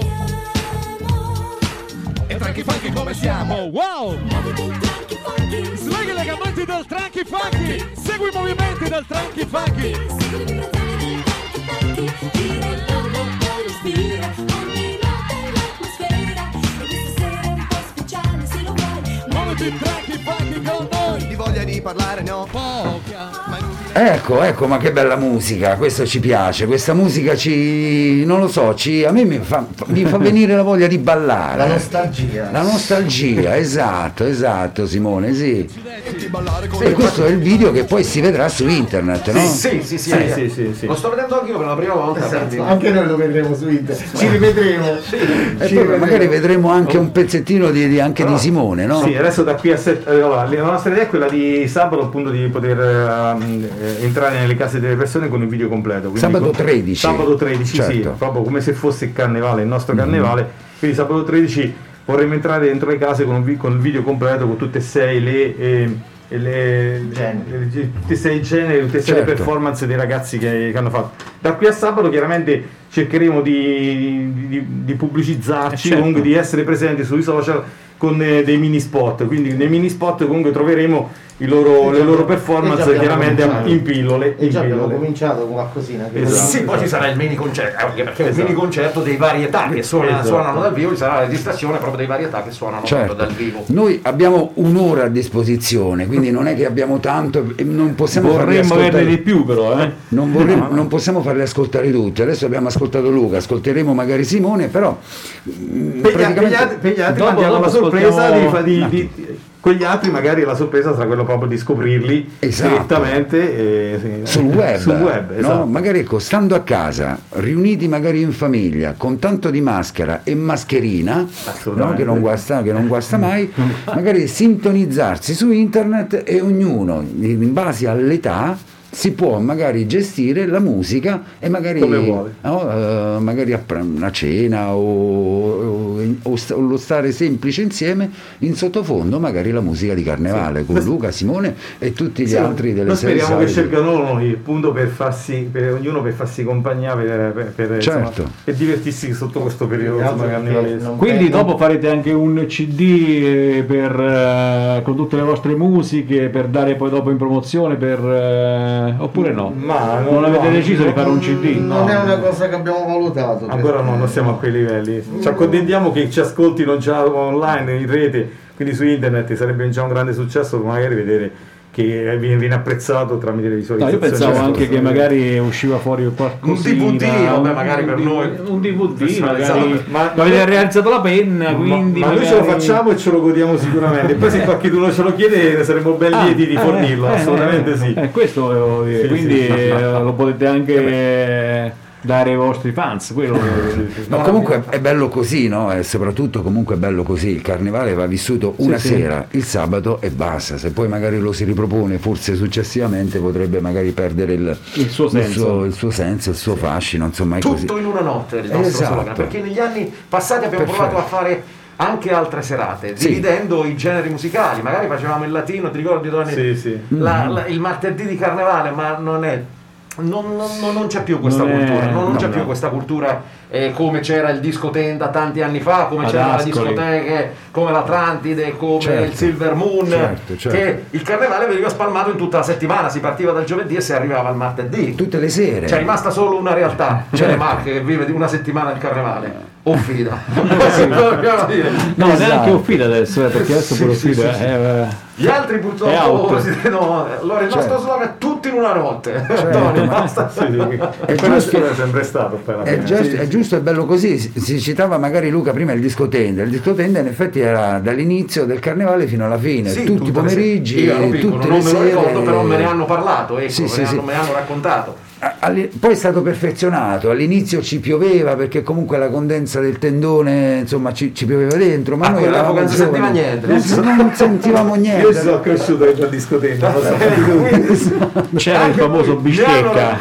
E tranqui funky come siamo. Wow! Svegli i legamenti del tranqui funky, segui i movimenti del tranqui funky. Segui le vibrazioni del funky funky, gira intorno e poi respira, ogni notte l'atmosfera. E questa sera è un po' speciale, se lo vuoi, muoviti il tranqui funky con noi. Ti voglia di parlare, no? Poca. Ecco, ma che bella musica, questo ci piace, questa musica non lo so, a me mi fa venire la voglia di ballare. La nostalgia. La nostalgia, esatto Simone, sì. E questo è il video che poi si vedrà su internet, no? Sì. Lo sto vedendo anche io per la prima volta. Esatto. Anche noi lo vedremo su internet, ci rivedremo. E poi magari vedremo anche un pezzettino di Simone, no? Sì, adesso da qui a allora, la nostra idea è quella di sabato, appunto, di poter entrare nelle case delle persone con il video completo. Sabato 13. Sabato 13, certo. Sì, proprio come se fosse il carnevale, il nostro carnevale. Quindi sabato 13 vorremmo entrare dentro le case con il video completo, con tutte e sei tutte e sei generi, tutte e sei le performance dei ragazzi che hanno fatto. Da qui a sabato chiaramente cercheremo di pubblicizzarci, comunque di essere presenti sui social con dei mini spot, quindi nei mini spot comunque troveremo le loro performance chiaramente in pillole. E già abbiamo cominciato con qualcosina. Esatto. Sì, poi ci sarà il mini concerto, perché il mini concerto dei varietà che suonano dal vivo, ci sarà la registrazione proprio dei varietà che suonano proprio dal vivo. Noi abbiamo un'ora a disposizione, quindi non è che abbiamo tanto, non possiamo vorremmo averne di più però, non possiamo farle ascoltare tutte. Adesso abbiamo ascoltato Luca, ascolteremo magari Simone, però per gli altri mandiamo la sorpresa con gli altri, magari la sorpresa sarà quello proprio di scoprirli direttamente sul web, esatto. No? Magari stando a casa, riuniti magari in famiglia, con tanto di maschera e mascherina, no? che non guasta mai, magari sintonizzarsi su internet e ognuno in base all'età si può magari gestire la musica e magari come vuole, magari a cena o lo stare semplice insieme, in sottofondo magari la musica di carnevale con Luca, Simone e tutti gli altri delle serie. Speriamo che scelgano il punto per ognuno per farsi compagnia per divertirsi sotto questo periodo carnevalesco. Quindi dopo farete anche un CD con tutte le vostre musiche per dare poi dopo in promozione oppure no? Ma non avete deciso di fare un CD? Non è una cosa che abbiamo valutato. Ancora non siamo a quei livelli. Ci accontentiamo che ci ascoltino già online, in rete, quindi su internet. Sarebbe già un grande successo magari vedere che viene apprezzato tramite le visualizzazioni. Io pensavo anche che magari usciva fuori qualcosina, un DVD, magari per noi un DVD magari, ma avete realizzato la penna, quindi ma noi ce lo facciamo e ce lo godiamo sicuramente. E poi se qualcuno ce lo chiede saremo ben lieti di fornirlo, assolutamente sì. Questo volevo dire, sì, quindi lo potete anche dare ai vostri fans, quello. No, comunque è bello così, no? E soprattutto comunque è bello così. Il carnevale va vissuto una sera, il sabato e basta. Se poi magari lo si ripropone, forse successivamente potrebbe magari perdere il suo senso, il suo fascino, insomma è tutto così. In una notte il nostro slogan, perché negli anni passati abbiamo provato a fare anche altre serate, dividendo i generi musicali. Magari facevamo il latino, ti ricordi Tony? Sì. Il martedì di carnevale, ma non è non c'è più questa cultura, non c'è più questa cultura come c'era il disco tenda tanti anni fa, come c'erano le discoteche, come l'Atlantide, come il Silver Moon, che il carnevale veniva spalmato in tutta la settimana, si partiva dal giovedì e si arrivava al martedì. Tutte le sere. C'è rimasta solo una realtà, c'è le Marche che vive di una settimana il carnevale. Offida. No, neanche Offida adesso, perché adesso pure Offida gli altri purtroppo allora il nostro slogan è tutti in una notte. È giusto, è sempre stato è giusto, è bello così. Si citava magari Luca prima il disco tenda in effetti era dall'inizio del carnevale fino alla fine, tutti i pomeriggi, tutte le sere. Non me lo ricordo, però me ne hanno parlato, ecco, me ne hanno raccontato. Poi è stato perfezionato, all'inizio ci pioveva perché comunque la condensa del tendone insomma ci pioveva dentro, ma noi all'epoca non si sentiva niente, non sentivamo niente. Io sono cresciuto dentro la discoteca, c'era il famoso bistecca.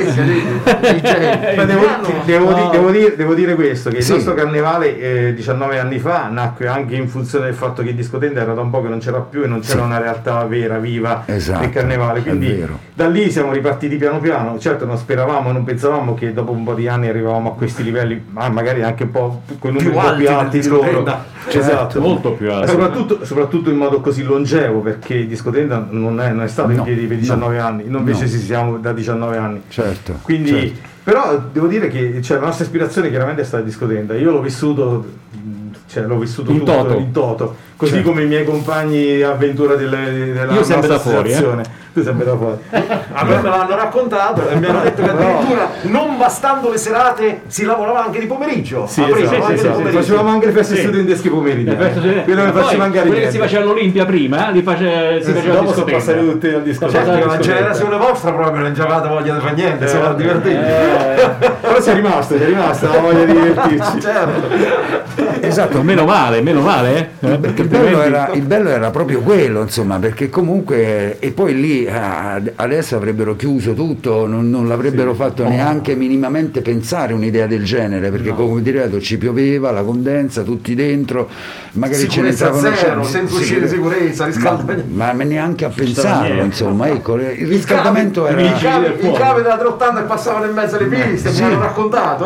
Devo dire questo, che il nostro carnevale 19 anni fa nacque anche in funzione del fatto che il discotenda era da un po' che non c'era più e non c'era una realtà vera, viva del carnevale, quindi da lì siamo ripartiti piano piano. Certo non speravamo, non pensavamo che dopo un po' di anni arrivavamo a questi livelli, ma magari anche un po' con numeri un po' più alti di loro. Esatto, molto più alti. Soprattutto in modo così longevo, perché il discotenda non è stato in piedi per 19 anni, noi invece ci siamo da 19 anni. Quindi però devo dire che la nostra ispirazione chiaramente è stata il discotenda. Io l'ho vissuto in toto, così come i miei compagni di avventura della io sempre da fuori, tu sempre da fuori. A me l'hanno raccontato e mi hanno detto che addirittura non bastando le serate si lavorava anche di pomeriggio. Facevamo anche le feste studentesche pomeriggio. Quello che faceva anche quelle che si faceva all'Olimpia prima, si faceva dopo sono passati tutti al discoteca. La generazione vostra proprio non avevate voglia di fare niente, si era divertiti. Però c'è rimasta la voglia di divertirci. Esatto, meno male, perché il bello era proprio quello, insomma, perché comunque e poi lì adesso avrebbero chiuso tutto, non l'avrebbero fatto neanche minimamente pensare un'idea del genere, perché come ti ripeto ci pioveva, la condensa, tutti dentro, magari ce ne stavano zero, senza uscire di sicurezza, riscaldamento, ma neanche a pensarlo, insomma, ecco, il riscaldamento era i cavi della 380 che passavano in mezzo alle piste, mi hanno raccontato.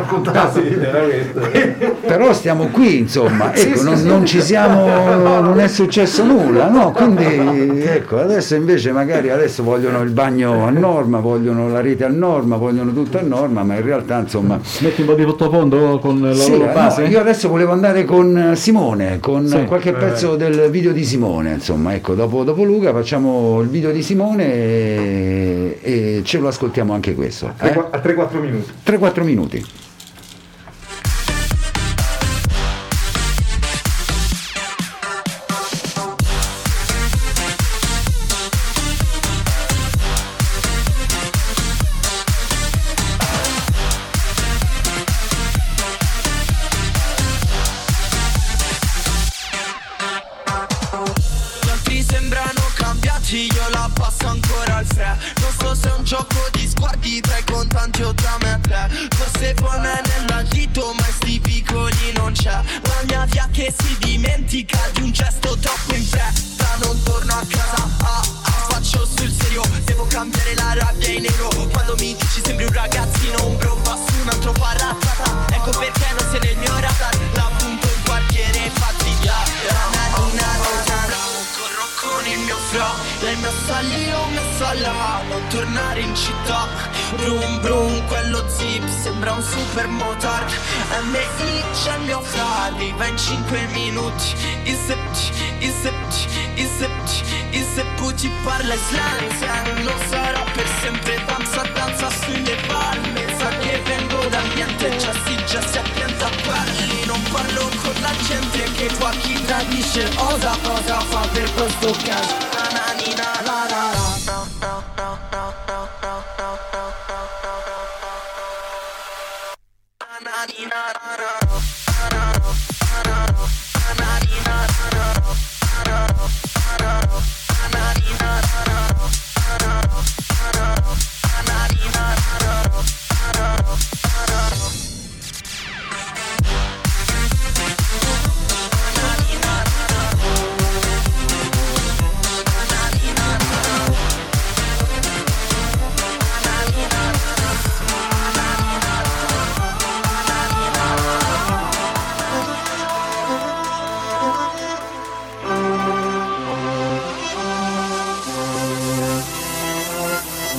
Però stiamo qui, insomma, ecco, non ci siamo, non è successo nulla, no? Quindi ecco, adesso invece magari vogliono il bagno a norma, vogliono la rete a norma, vogliono tutto a norma, ma in realtà insomma metti un po' di sottofondo con la loro base. No, io adesso volevo andare con Simone, con qualche pezzo del video di Simone, insomma, ecco, dopo Luca facciamo il video di Simone e ce lo ascoltiamo anche questo a 3-4 minuti. 3-4 minuti.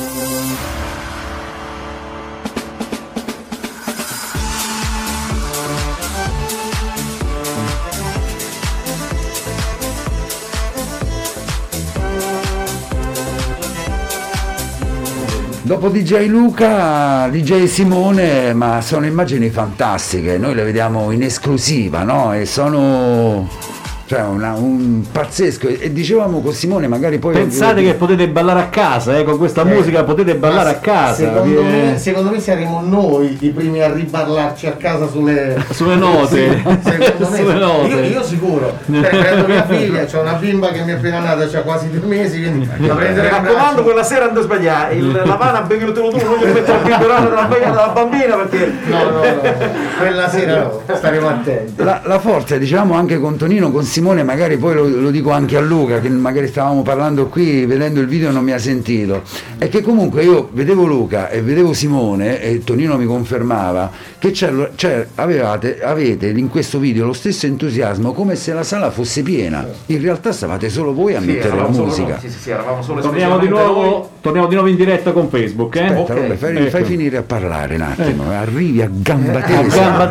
Dopo DJ Luca, DJ Simone, ma sono immagini fantastiche, noi le vediamo in esclusiva, no? E sono un pazzesco, e dicevamo con Simone magari poi... Pensate che potete ballare a casa, con questa musica potete ballare a casa. Secondo me saremo noi i primi a riballarci a casa sulle note. Sulle note. Io sicuro. Prendo mia figlia, c'ho una bimba che mi è appena nata, c'ha quasi 2 mesi, quindi la prendere. Mi raccomando, quella sera non sbagliare, la vana bevuto tu, non gli metto il biberone della bambina perché... No, quella sera no, staremo attenti. La forza, diciamo anche con Tonino, con Simone, magari poi lo dico anche a Luca, che magari stavamo parlando qui, vedendo il video non mi ha sentito, è che comunque io vedevo Luca e vedevo Simone, e Tonino mi confermava che avete in questo video lo stesso entusiasmo, come se la sala fosse piena. In realtà stavate solo voi a mettere la musica. Sì, eravamo solo. Torniamo di nuovo in diretta con Facebook. Aspetta, Okay. fai finire a parlare un attimo, arrivi a gamba tesa. A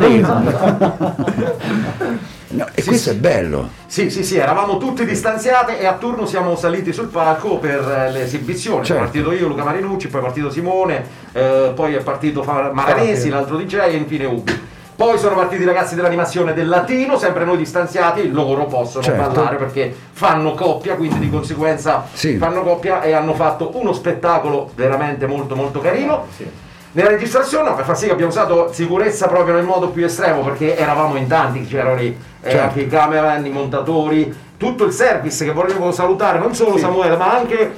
gamba tesa. No, e questo è bello. Sì, eravamo tutti distanziati e a turno siamo saliti sul palco per l'esibizione. Certo. È partito io, Luca Marinucci, poi è partito Simone, poi è partito Maranesi, l'altro DJ, e infine Ubi. Poi sono partiti i ragazzi dell'animazione del Latino, sempre noi distanziati, loro possono ballare perché fanno coppia, quindi di conseguenza fanno coppia, e hanno fatto uno spettacolo veramente molto molto carino. Sì. Nella registrazione, per far sì che abbiamo usato sicurezza proprio nel modo più estremo, perché eravamo in tanti, c'erano lì anche i cameraman, i montatori, tutto il service, che volevo salutare, non solo Samuele ma anche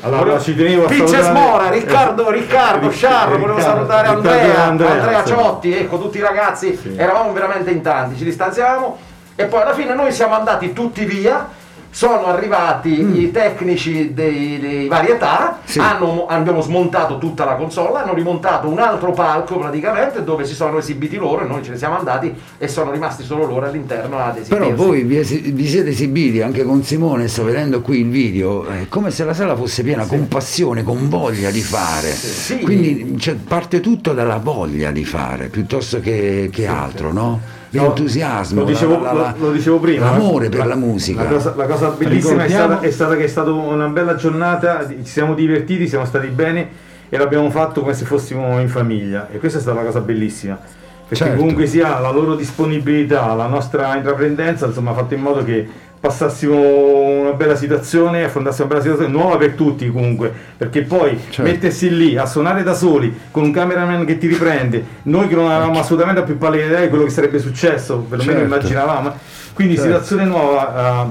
Picces Mora, Riccardo Sciarro, volevo salutare Andrea Ciotti, ecco, tutti i ragazzi, eravamo veramente in tanti, ci distanziavamo, e poi alla fine noi siamo andati tutti via. Sono arrivati i tecnici dei varietà, abbiamo smontato tutta la console, hanno rimontato un altro palco praticamente dove si sono esibiti loro, e noi ce ne siamo andati e sono rimasti solo loro all'interno ad esibirsi. Però voi vi siete esibiti anche con Simone, sto vedendo qui il video, è come se la sala fosse piena, con passione, con voglia di fare. Quindi parte tutto dalla voglia di fare piuttosto che altro, no? L'entusiasmo, lo dicevo prima, l'amore per la musica. La cosa bellissima è stata che è stata una bella giornata, ci siamo divertiti, siamo stati bene e l'abbiamo fatto come se fossimo in famiglia, e questa è stata la cosa bellissima, perché comunque sia la loro disponibilità, la nostra intraprendenza, insomma, ha fatto in modo che passassimo una bella situazione, affrontassimo una bella situazione nuova per tutti comunque, perché poi mettersi lì a suonare da soli con un cameraman che ti riprende, noi che non avevamo assolutamente più pallida idea di quello che sarebbe successo, perlomeno immaginavamo, quindi situazione nuova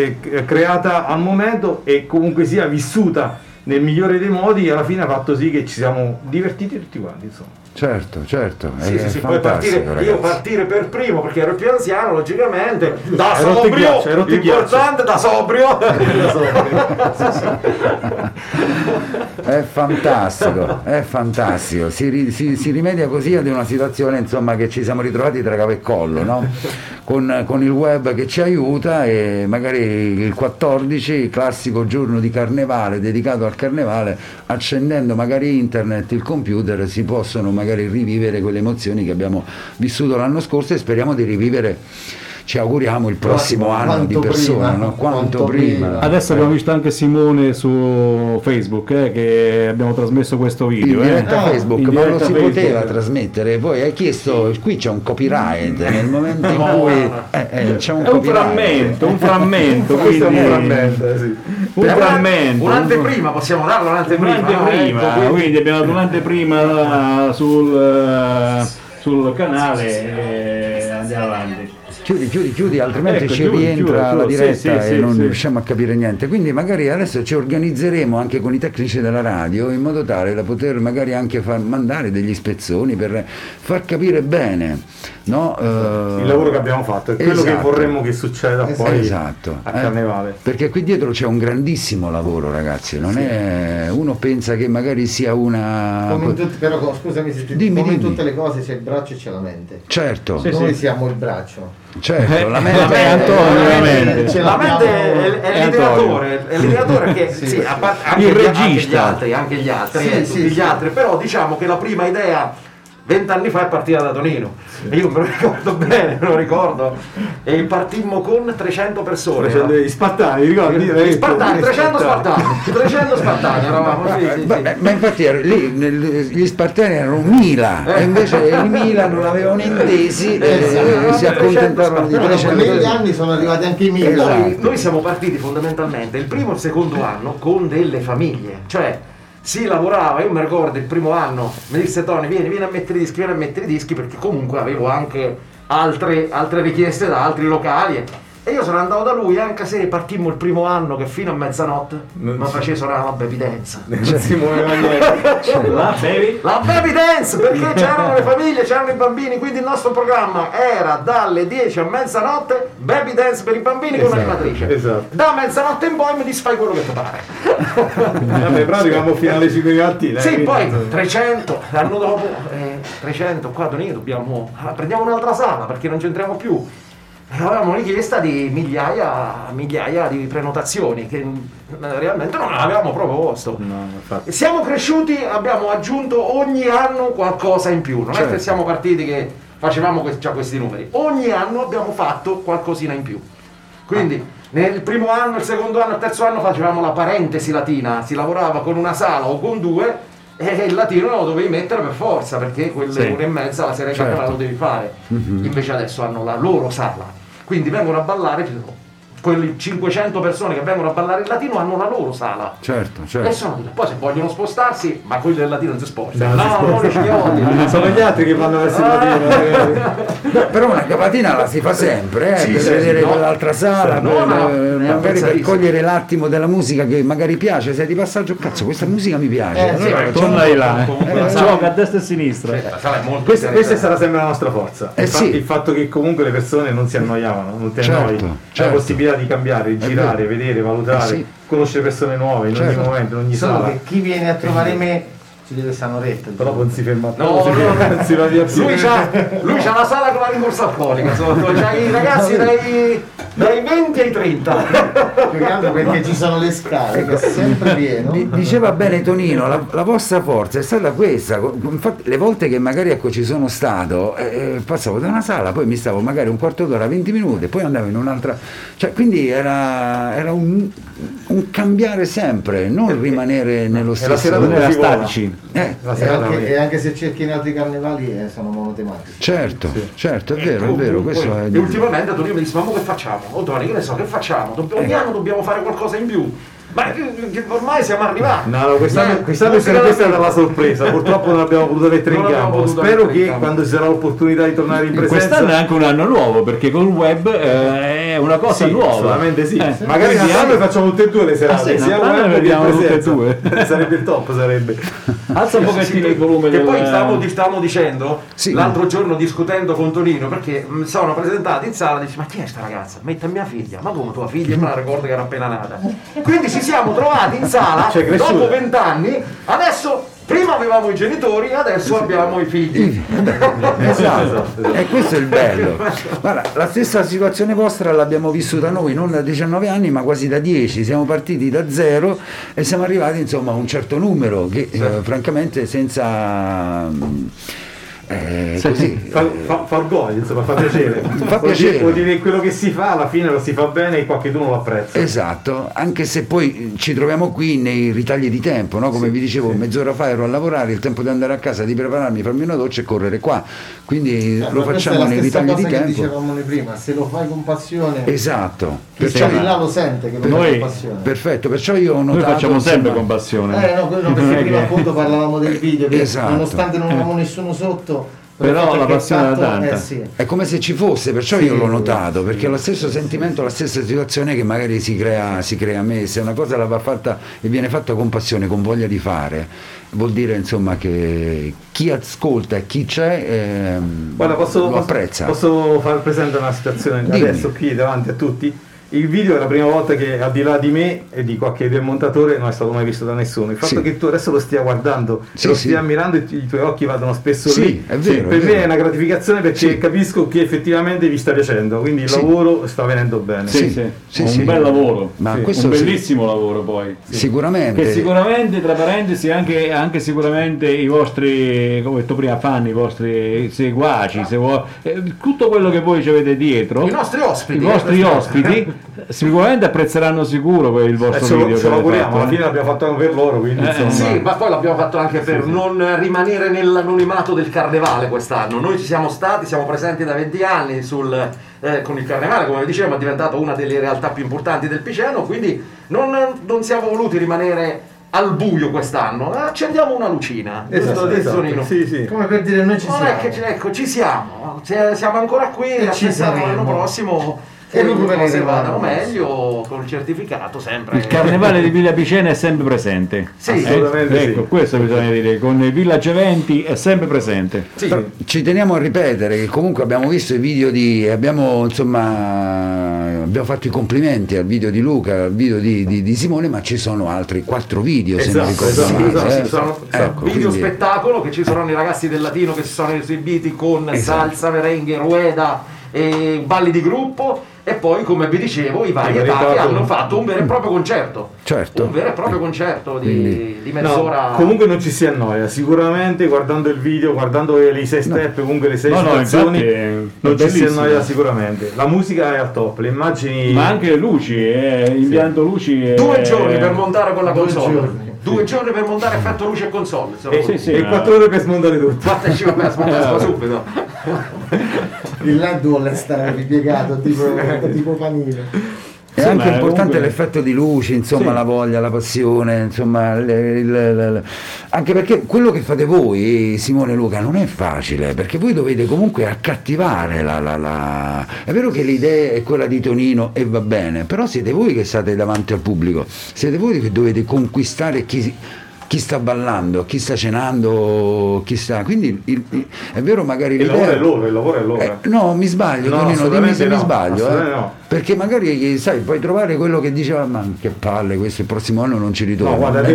creata al momento e comunque sia vissuta nel migliore dei modi, e alla fine ha fatto sì che ci siamo divertiti tutti quanti, insomma. Certo, sì, poi partire per primo, perché ero più anziano, logicamente, da sobrio, l'importante da sobrio. È fantastico, si rimedia così ad una situazione, insomma, che ci siamo ritrovati tra capo e collo, no? Con il web che ci aiuta, e magari il 14, classico giorno di carnevale, dedicato al carnevale, accendendo magari internet, il computer, si possono magari rivivere quelle emozioni che abbiamo vissuto l'anno scorso, e speriamo di rivivere, ci auguriamo, il prossimo anno di persona, no? Quanto prima. Adesso abbiamo visto anche Simone su Facebook, che abbiamo trasmesso questo video. In diretta Facebook, ma non si poteva trasmettere, poi hai chiesto, qui c'è un copyright, nel momento in cui c'è un copyright. Un frammento, questo è un frammento, sì. Un'anteprima, possiamo darlo, quindi abbiamo dato un'anteprima sul canale, e andiamo avanti. Chiudi, altrimenti ci rientra la diretta e non riusciamo a capire niente. Quindi magari adesso ci organizzeremo anche con i tecnici della radio, in modo tale da poter magari anche mandare degli spezzoni per far capire bene, no? Il lavoro che abbiamo fatto è quello che vorremmo che succeda poi a Carnevale. Perché qui dietro c'è un grandissimo lavoro, ragazzi, non è, uno pensa che magari sia una... Però scusami se ti dimmi. In tutte le cose c'è il braccio e c'è la mente. Certo. Noi siamo il braccio. Certo, la mente è Antonio, la mente è l'ideatore che sì, anche il regista, anche gli altri, però diciamo che la prima idea 20 anni fa è partita da Tonino. E io me lo ricordo bene, me lo ricordo. E partimmo con 300 persone. Gli Spartani, ricordi? 300 Spartani eravamo. Ma infatti lì gli Spartani erano 1000 e invece i 1000 non avevano intesi e si accontentarono di 300. Negli anni sono arrivati anche i 1000. Esatto. Noi siamo partiti fondamentalmente il primo e il secondo anno con delle famiglie, cioè si lavorava. Io mi ricordo il primo anno mi disse Tony vieni a mettere i dischi, perché comunque avevo anche altre richieste da altri locali e io sono andato da lui, anche se partimmo il primo anno che fino a mezzanotte mi faceva suonare la baby dance, non si muoveva niente. La baby dance, perché c'erano le famiglie, c'erano i bambini, quindi il nostro programma era dalle 10 a mezzanotte baby dance per i bambini con un'animatrice. Esatto. Da mezzanotte in poi mi disfai quello che ti pare. Vabbè, però arriviamo fino alle 5 di mattina. Sì, poi 300 l'anno dopo 300 qua Tonino prendiamo un'altra sala perché non c'entriamo più. Avevamo richiesta di migliaia di prenotazioni che realmente non avevamo proprio posto. Siamo cresciuti, abbiamo aggiunto ogni anno qualcosa in più, non è che siamo partiti che facevamo già questi numeri, ogni anno abbiamo fatto qualcosina in più, quindi nel primo anno, il secondo anno, il terzo anno facevamo la parentesi latina, si lavorava con una sala o con due e il latino lo dovevi mettere per forza, perché quelle 1:30 la sera di cappella lo devi fare. Invece adesso hanno la loro sala, quindi vengono a ballare, quelle 500 persone che vengono a ballare il latino hanno la loro sala. Certo. E poi se vogliono spostarsi, ma quelli del latino non si spostano. Non ci vogliono. Sono gli altri che vanno verso il latino. Però una capatina la si fa sempre, per vedere quell'altra sala, magari per cogliere l'attimo della musica che magari piace, sei di passaggio, cazzo, questa musica mi piace. Torna là, gioca a destra e a sinistra. Questa sarà sempre la nostra forza. Il fatto che comunque le persone non si annoiavano, non ti annoi. C'è la possibilità di cambiare, di girare, vedere, valutare, conoscere persone nuove in ogni momento, in ogni solo sala. Che chi viene a trovare me ci deve stare un'oretta. Però non si ferma più. Non si va via più. Lui c'ha la sala con la rincorsa alcolica, c'ha i ragazzi dai 20 ai 30. Perché ci sono le scale, che è sempre pieno. Diceva bene Tonino, la vostra forza è stata questa. Infatti le volte che magari ci sono stato, passavo da una sala, poi mi stavo magari un quarto d'ora, 20 minuti, poi andavo in un'altra, quindi era un cambiare sempre, non rimanere nello stesso, non era statici. E anche se cerchi in altri carnevali sono monotematici. Certo, è vero, questo è. E ultimamente Tonino mi disse: ma che facciamo? Tony, che ne so, che facciamo? Ogni anno dobbiamo fare qualcosa in più. Ma ormai siamo arrivati. No, quest'anno sarebbe stata la sorpresa. Purtroppo non abbiamo potuto mettere in campo. Spero che quando ci sarà l'opportunità di tornare in presenza. Quest'anno è anche un anno nuovo, perché con il web è una cosa nuova. Assolutamente sì. Magari noi facciamo tutte e due le serate. Sia web vediamo tutte e due. Sarebbe il top, sarebbe. Alza un pochettino il volume. Che poi stavamo dicendo l'altro giorno discutendo con Tonino, perché sono presentati in sala, dice: ma chi è sta ragazza? Metta mia figlia. Ma come tua figlia? Me la ricordo che era appena nata. Quindi ci siamo trovati in sala dopo 20 anni, adesso prima avevamo i genitori, adesso abbiamo i figli. Esatto. E questo è il bello. Guarda, la stessa situazione vostra l'abbiamo vissuta noi, non da 19 anni ma quasi da 10. Siamo partiti da 0 e siamo arrivati insomma a un certo numero che francamente senza così fa orgoglio, insomma, fa piacere. Vuol dire che quello che si fa alla fine lo si fa bene e qualcuno lo apprezza. Esatto, anche se poi ci troviamo qui nei ritagli di tempo, no? Come vi dicevo, mezz'ora fa ero a lavorare, il tempo di andare a casa, di prepararmi, farmi una doccia e correre qua, quindi lo facciamo nei ritagli di tempo. Dicevamo noi prima, se lo fai con passione, esatto, chi sta di là lo sente che lo fai con passione. Perfetto, perciò io ho notato, noi facciamo sempre con passione. Perché prima appunto parlavamo del video che nonostante non avevamo nessuno sotto, però la passione è tanta. È come se ci fosse, perciò io l'ho notato, perché è lo stesso sentimento, la stessa situazione che magari si crea a me. Se una cosa la va fatta e viene fatta con passione, con voglia di fare, vuol dire insomma che chi ascolta e chi c'è lo apprezza. Posso far presente una situazione adesso qui davanti a tutti? il video è la prima volta che, al di là di me e di qualche del montatore, non è stato mai visto da nessuno. Il fatto che tu adesso lo stia guardando, lo stia ammirando e i tuoi occhi vadano spesso lì, è vero, per me è una gratificazione, perché capisco che effettivamente vi sta piacendo, quindi il lavoro sta venendo bene. Un bel lavoro, ma un questo bellissimo lavoro poi. Sicuramente. Che sicuramente, tra parentesi, anche sicuramente i vostri, come ho detto prima, fan, i vostri seguaci, tutto quello che voi ci avete dietro, i nostri ospiti sicuramente apprezzeranno sicuro il vostro video. Ce lo auguriamo, alla fine l'abbiamo fatto anche per loro, quindi insomma. Sì, ma poi l'abbiamo fatto anche per non rimanere nell'anonimato del carnevale quest'anno. Noi siamo presenti da 20 anni con il carnevale, come dicevo, è diventato una delle realtà più importanti del Piceno, quindi non siamo voluti rimanere al buio quest'anno. Accendiamo una lucina, esatto. Sì. Come per dire noi ci siamo. Ecco, ci siamo ancora qui, aspettiamo l'anno prossimo e le cose vadano meglio, con il certificato sempre. Il carnevale di Villa Picena è sempre presente. Assolutamente ecco, questo bisogna dire, con il Village Eventi è sempre presente. Ci teniamo a ripetere che comunque abbiamo visto i video abbiamo fatto i complimenti al video di Luca, al video di Simone, ma ci sono altri 4 video, se non ricordo male. Sono video spettacolo che ci sono i ragazzi del Latino che si sono esibiti con salsa, merengue, rueda e balli di gruppo, e poi, come vi dicevo, i vari età hanno fatto un vero e proprio concerto. Certo. Un vero e proprio concerto di mezz'ora. No, comunque non ci si annoia, sicuramente guardando il video, guardando i 6 step, comunque le 6 situazioni, non ci si annoia sicuramente. La musica è al top, le immagini. Ma anche le luci, impianto luci. 2 giorni per montare quella console. 2 giorni per montare effetto luce e console. E 4 ore per smontare tutto. Vabbè, smontare subito. Il LED vuole stare ripiegato tipo panino. È anche importante l'effetto di luce, insomma, la voglia, la passione, insomma, anche perché quello che fate voi, Simone e Luca, non è facile, perché voi dovete comunque accattivare È vero che l'idea è quella di Tonino e va bene, però siete voi che state davanti al pubblico, siete voi che dovete conquistare chi sta ballando, chi sta cenando, chi sta. Quindi è vero, magari il lavoro è loro. No, mi sbaglio, no, Tonino, dimmi se mi sbaglio. No. Perché magari, sai, puoi trovare quello che diceva, ma che palle, questo il prossimo anno non ci ritorno. No, guarda,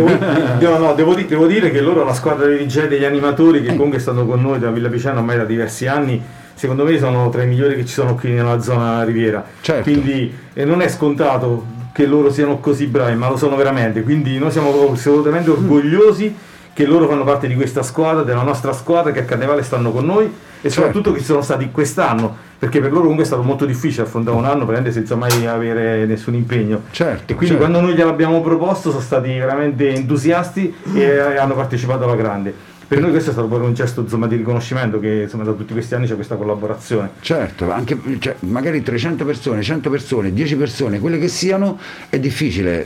devo dire che loro, la squadra dei DJ, degli animatori che comunque stanno con noi da Villa Piceno ormai da diversi anni, secondo me sono tra i migliori che ci sono qui nella zona Riviera. Certo. Quindi non è scontato che loro siano così bravi, ma lo sono veramente, quindi noi siamo assolutamente orgogliosi che loro fanno parte di questa squadra, della nostra squadra, che a Carnevale stanno con noi, e soprattutto che sono stati quest'anno, perché per loro comunque è stato molto difficile affrontare un anno senza mai avere nessun impegno. Certo, e quindi quando noi gliel'abbiamo proposto sono stati veramente entusiasti e hanno partecipato alla grande. Per noi questo è stato poi un gesto, insomma, di riconoscimento, che insomma da tutti questi anni c'è questa collaborazione. Certo, anche magari 300 persone, 100 persone, 10 persone, quelle che siano, è difficile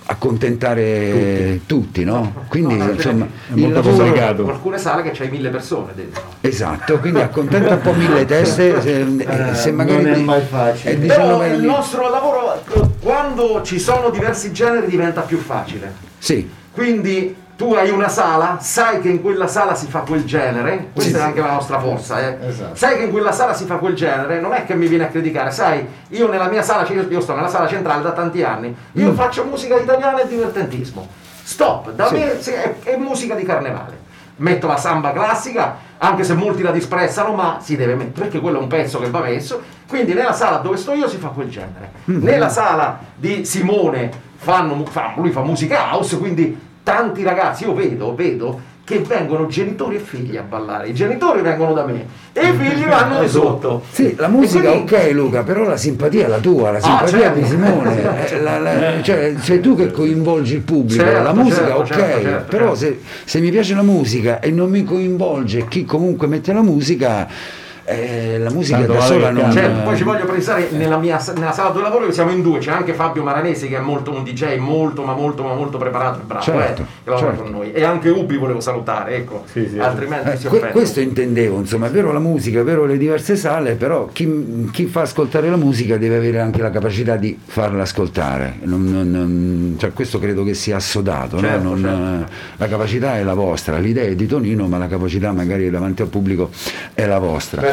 accontentare tutti, no? Quindi insomma il lavoro, alcune sale che c'hai 1000 persone dentro. Esatto, quindi accontenta un po' 1000 teste, se magari non è mai facile. Però il nostro lavoro, quando ci sono diversi generi, diventa più facile. Sì. Quindi tu hai una sala, sai che in quella sala si fa quel genere, questa è anche la nostra forza, Esatto. Sai che in quella sala si fa quel genere, non è che mi viene a criticare, sai, io nella mia sala, io sto nella sala centrale da tanti anni, io faccio musica italiana e divertentismo, stop, da me è musica di carnevale, metto la samba classica, anche se molti la disprezzano, ma si deve mettere, perché quello è un pezzo che va messo, quindi nella sala dove sto io si fa quel genere, nella sala di Simone lui fa musica house, quindi tanti ragazzi, io vedo che vengono genitori e figli a ballare, i genitori vengono da me e i figli vanno di sotto. Sì, la musica ok Luca, però la simpatia è la tua, la simpatia di Simone, cioè sei tu che coinvolgi il pubblico, la musica certo. Però se mi piace la musica e non mi coinvolge chi comunque mette la musica, la musica da sola non... poi ci voglio pensare nella sala dove lavoro, siamo in 2, c'è anche Fabio Maranesi che è un DJ molto preparato e bravo, che lavora con noi, e anche Ubi volevo salutare, ecco, altrimenti si offende. Questo intendevo, insomma, è vero la musica, è vero le diverse sale, però chi fa ascoltare la musica deve avere anche la capacità di farla ascoltare, cioè questo credo che sia assodato, certo. La capacità è la vostra, l'idea è di Tonino, ma la capacità magari davanti al pubblico è la vostra.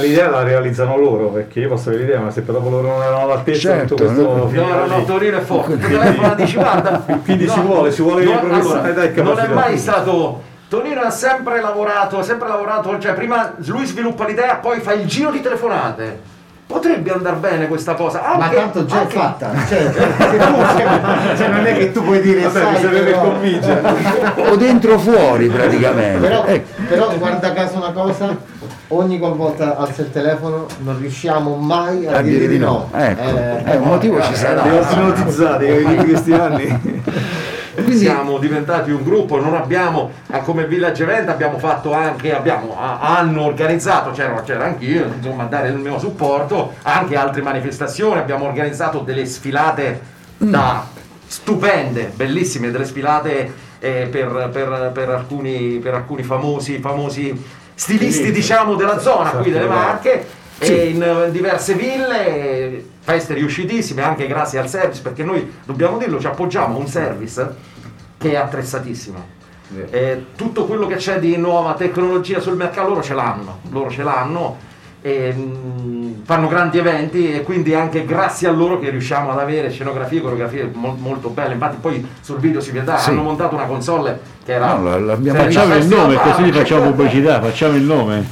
l'idea la realizzano loro, perché io posso avere l'idea, ma se dopo loro non erano all'altezza, certo, tutto questo no, Torino è forte. Tu telefona, dici guarda, quindi ci vuole professionalità e capacità. Non è mai stato. Tonino ha sempre lavorato, cioè prima lui sviluppa l'idea, poi fa il giro di telefonate. Potrebbe andare bene questa cosa, ma tanto già è fatta, cioè non è che tu puoi dire bisognerebbe convincere o dentro o fuori praticamente. Però guarda caso una cosa, ogni qualvolta alza il telefono non riusciamo mai a dire di no. Ecco, un motivo ci sarà. Li ho ipnotizzati in questi anni. Quindi siamo diventati un gruppo, non abbiamo, come Village Event abbiamo fatto anche, hanno organizzato, c'era anch'io, insomma, a dare il mio supporto, anche altre manifestazioni, abbiamo organizzato delle sfilate stupende, bellissime, delle sfilate per alcuni famosi stilisti, diciamo, della zona qui delle Marche, e in diverse ville. Feste riuscitissime anche grazie al service, perché noi, dobbiamo dirlo, ci appoggiamo a un service che è attrezzatissimo. Tutto quello che c'è di nuova tecnologia sul mercato loro ce l'hanno e fanno grandi eventi, e quindi anche grazie a loro che riusciamo ad avere scenografie e coreografie molto belle. Infatti poi sul video si vede, hanno montato una console che era facciamo il nome, così gli facciamo pubblicità, facciamo il nome.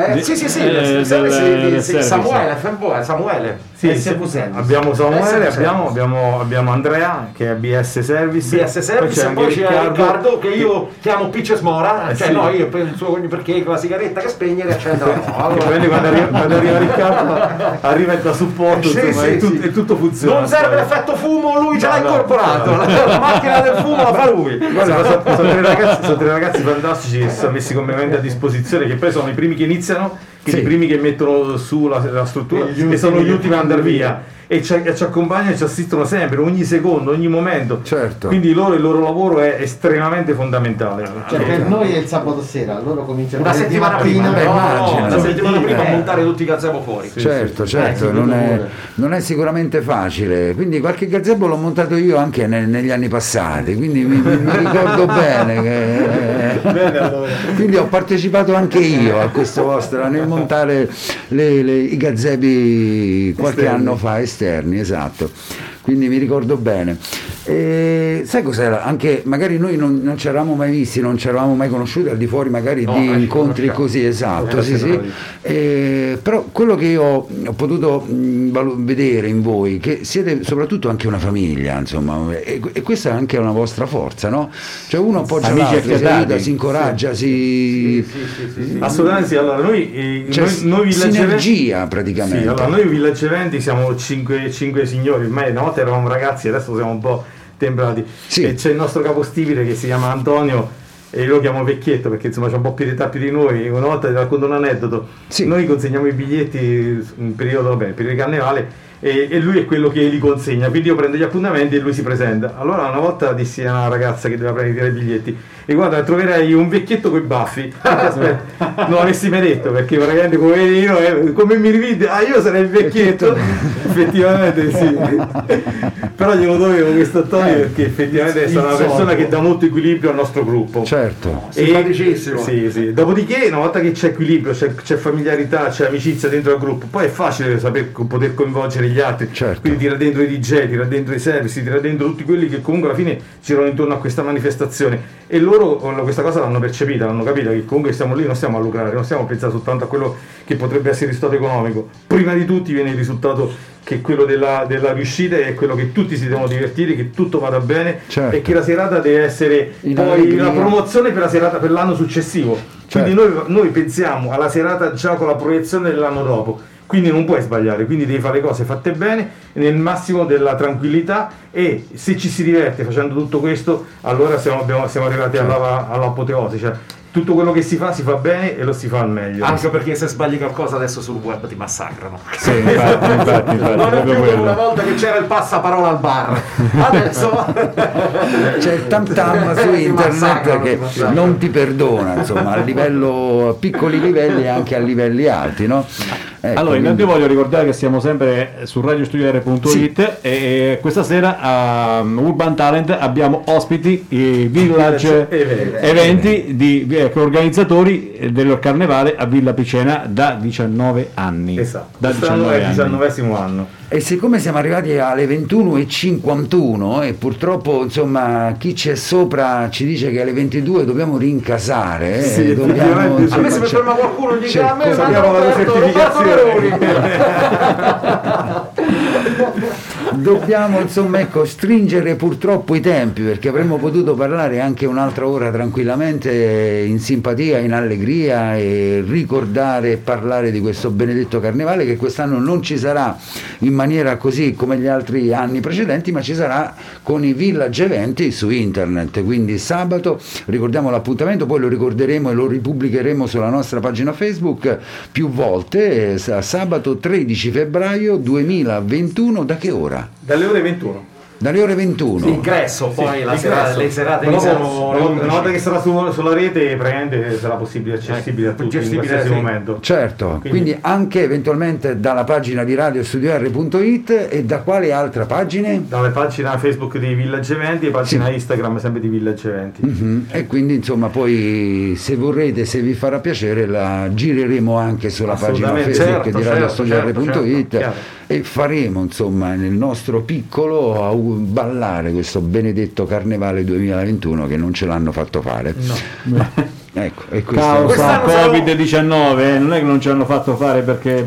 Samuele. Abbiamo Samuele, abbiamo Andrea che è BS Service, e poi c'è Riccardo che io chiamo Pitches Mora, io perché con la sigaretta che spegne e accende la nuova. Quando arriva Riccardo arriva da supporto, e tutto funziona. Non serve l'effetto fumo, lui ce l'ha incorporato. La macchina del fumo la fa lui. Sono tre ragazzi fantastici che si sono messi completamente a disposizione, che poi sono i primi che iniziano, i primi che mettono su la struttura, e sono gli ultimi ad andare via. E ci accompagnano e ci assistono sempre, ogni secondo, ogni momento. Certo. Quindi il loro lavoro è estremamente fondamentale. Per noi è il sabato sera, loro cominciano una settimana prima, una settimana prima a montare tutti i gazebo fuori. Certo, non è sicuramente facile. Quindi qualche gazebo l'ho montato io anche negli anni passati, quindi mi ricordo bene quindi ho partecipato anche io a questo vostro, nel montare i gazebi qualche anno fa esterni, esatto, quindi mi ricordo bene. Sai cos'era? Anche magari noi non ci eravamo mai visti, non ci eravamo mai conosciuti al di fuori magari di incontri così, esatto, però quello che io ho potuto vedere in voi, che siete soprattutto anche una famiglia, insomma, e questa è anche una vostra forza, no? Cioè uno appoggia l'altro, si aiuta, si incoraggia, assolutamente sì. Allora noi sinergia praticamente. Sì, allora noi Village Eventi siamo cinque signori, ormai una volta eravamo ragazzi, adesso siamo un po' temprati, e c'è il nostro capostipite che si chiama Antonio, e io lo chiamo Vecchietto perché insomma c'è un po' più di età più di noi. Una volta ti racconto un aneddoto, noi consegniamo i biglietti in periodo di carnevale, e lui è quello che li consegna, quindi io prendo gli appuntamenti e lui si presenta. Allora una volta dissi a una ragazza che doveva prendere i biglietti: e guarda, troverai un vecchietto coi baffi. Aspetta, non l'avessi mai detto, perché praticamente come mi rivide, io sarei il vecchietto. Effettivamente sì, però glielo dovevo questo Antonio, perché effettivamente è stata una persona che dà molto equilibrio al nostro gruppo. Certo, simpaticissimo. Sì. Dopodiché, una volta che c'è equilibrio, c'è familiarità, c'è amicizia dentro il gruppo, poi è facile poter coinvolgere gli altri. Certo. Quindi tira dentro i DJ, tira dentro i service, tira dentro tutti quelli che comunque alla fine girano intorno a questa manifestazione, e loro questa cosa l'hanno percepita, l'hanno capita, che comunque stiamo lì, non stiamo a lucrare, non stiamo a pensare soltanto a quello che potrebbe essere il risultato economico. Prima di tutti viene il risultato, che è quello della riuscita, è quello che tutti si devono divertire, che tutto vada bene, e che la serata deve essere poi la promozione per la serata, per l'anno successivo. Quindi noi pensiamo alla serata già con la proiezione dell'anno dopo. Quindi non puoi sbagliare, quindi devi fare le cose fatte bene, nel massimo della tranquillità, e se ci si diverte facendo tutto questo, allora siamo arrivati all'apoteosi. Cioè, tutto quello che si fa bene e lo si fa al meglio. Anche perché se sbagli qualcosa adesso sul web ti massacrano. Sì, infatti, non è più come una volta che c'era il passaparola al bar. Adesso c'è il tam tam su internet che non ti perdona, insomma, a piccoli livelli e anche a livelli alti, no? Ecco, allora, intanto voglio ricordare che siamo sempre su radiostudiare.it e questa sera a Urban Talent abbiamo ospiti i Village Eventi organizzatori del carnevale a Villa Picena da 19 anni. Esatto, da quest'anno è il 19° anno. E siccome siamo arrivati alle 21:51 e purtroppo insomma chi c'è sopra ci dice che alle 22 dobbiamo rincasare, sì, dobbiamo, insomma, a me se mi ferma qualcuno e dice a me abbiamo la certificazione. Dobbiamo insomma stringere purtroppo i tempi, perché avremmo potuto parlare anche un'altra ora tranquillamente in simpatia, in allegria, e ricordare e parlare di questo benedetto carnevale che quest'anno non ci sarà in maniera così come gli altri anni precedenti, ma ci sarà con i Village Eventi su internet. Quindi sabato, ricordiamo l'appuntamento, poi lo ricorderemo e lo ripubblicheremo sulla nostra pagina Facebook più volte, sabato 13 febbraio 2021. Da che ora? Dalle ore 21. Dalle ore 21. L'ingresso, poi le serate iniziano. Una volta che sarà sulla rete, praticamente sarà possibile, accessibile a tutti in qualsiasi momento. Certo, quindi anche eventualmente dalla pagina di radiostudio.it. E da quale altra pagine? Dalle pagine Facebook di Village Eventi e pagina Instagram sempre di Village Eventi. E quindi insomma poi se vorrete, se vi farà piacere, la gireremo anche sulla pagina Facebook di radiostudio.it. E faremo insomma nel nostro piccolo ballare questo benedetto carnevale 2021 che non ce l'hanno fatto fare. No. Ecco, e causa Covid-19, non è che non ci hanno fatto fare perché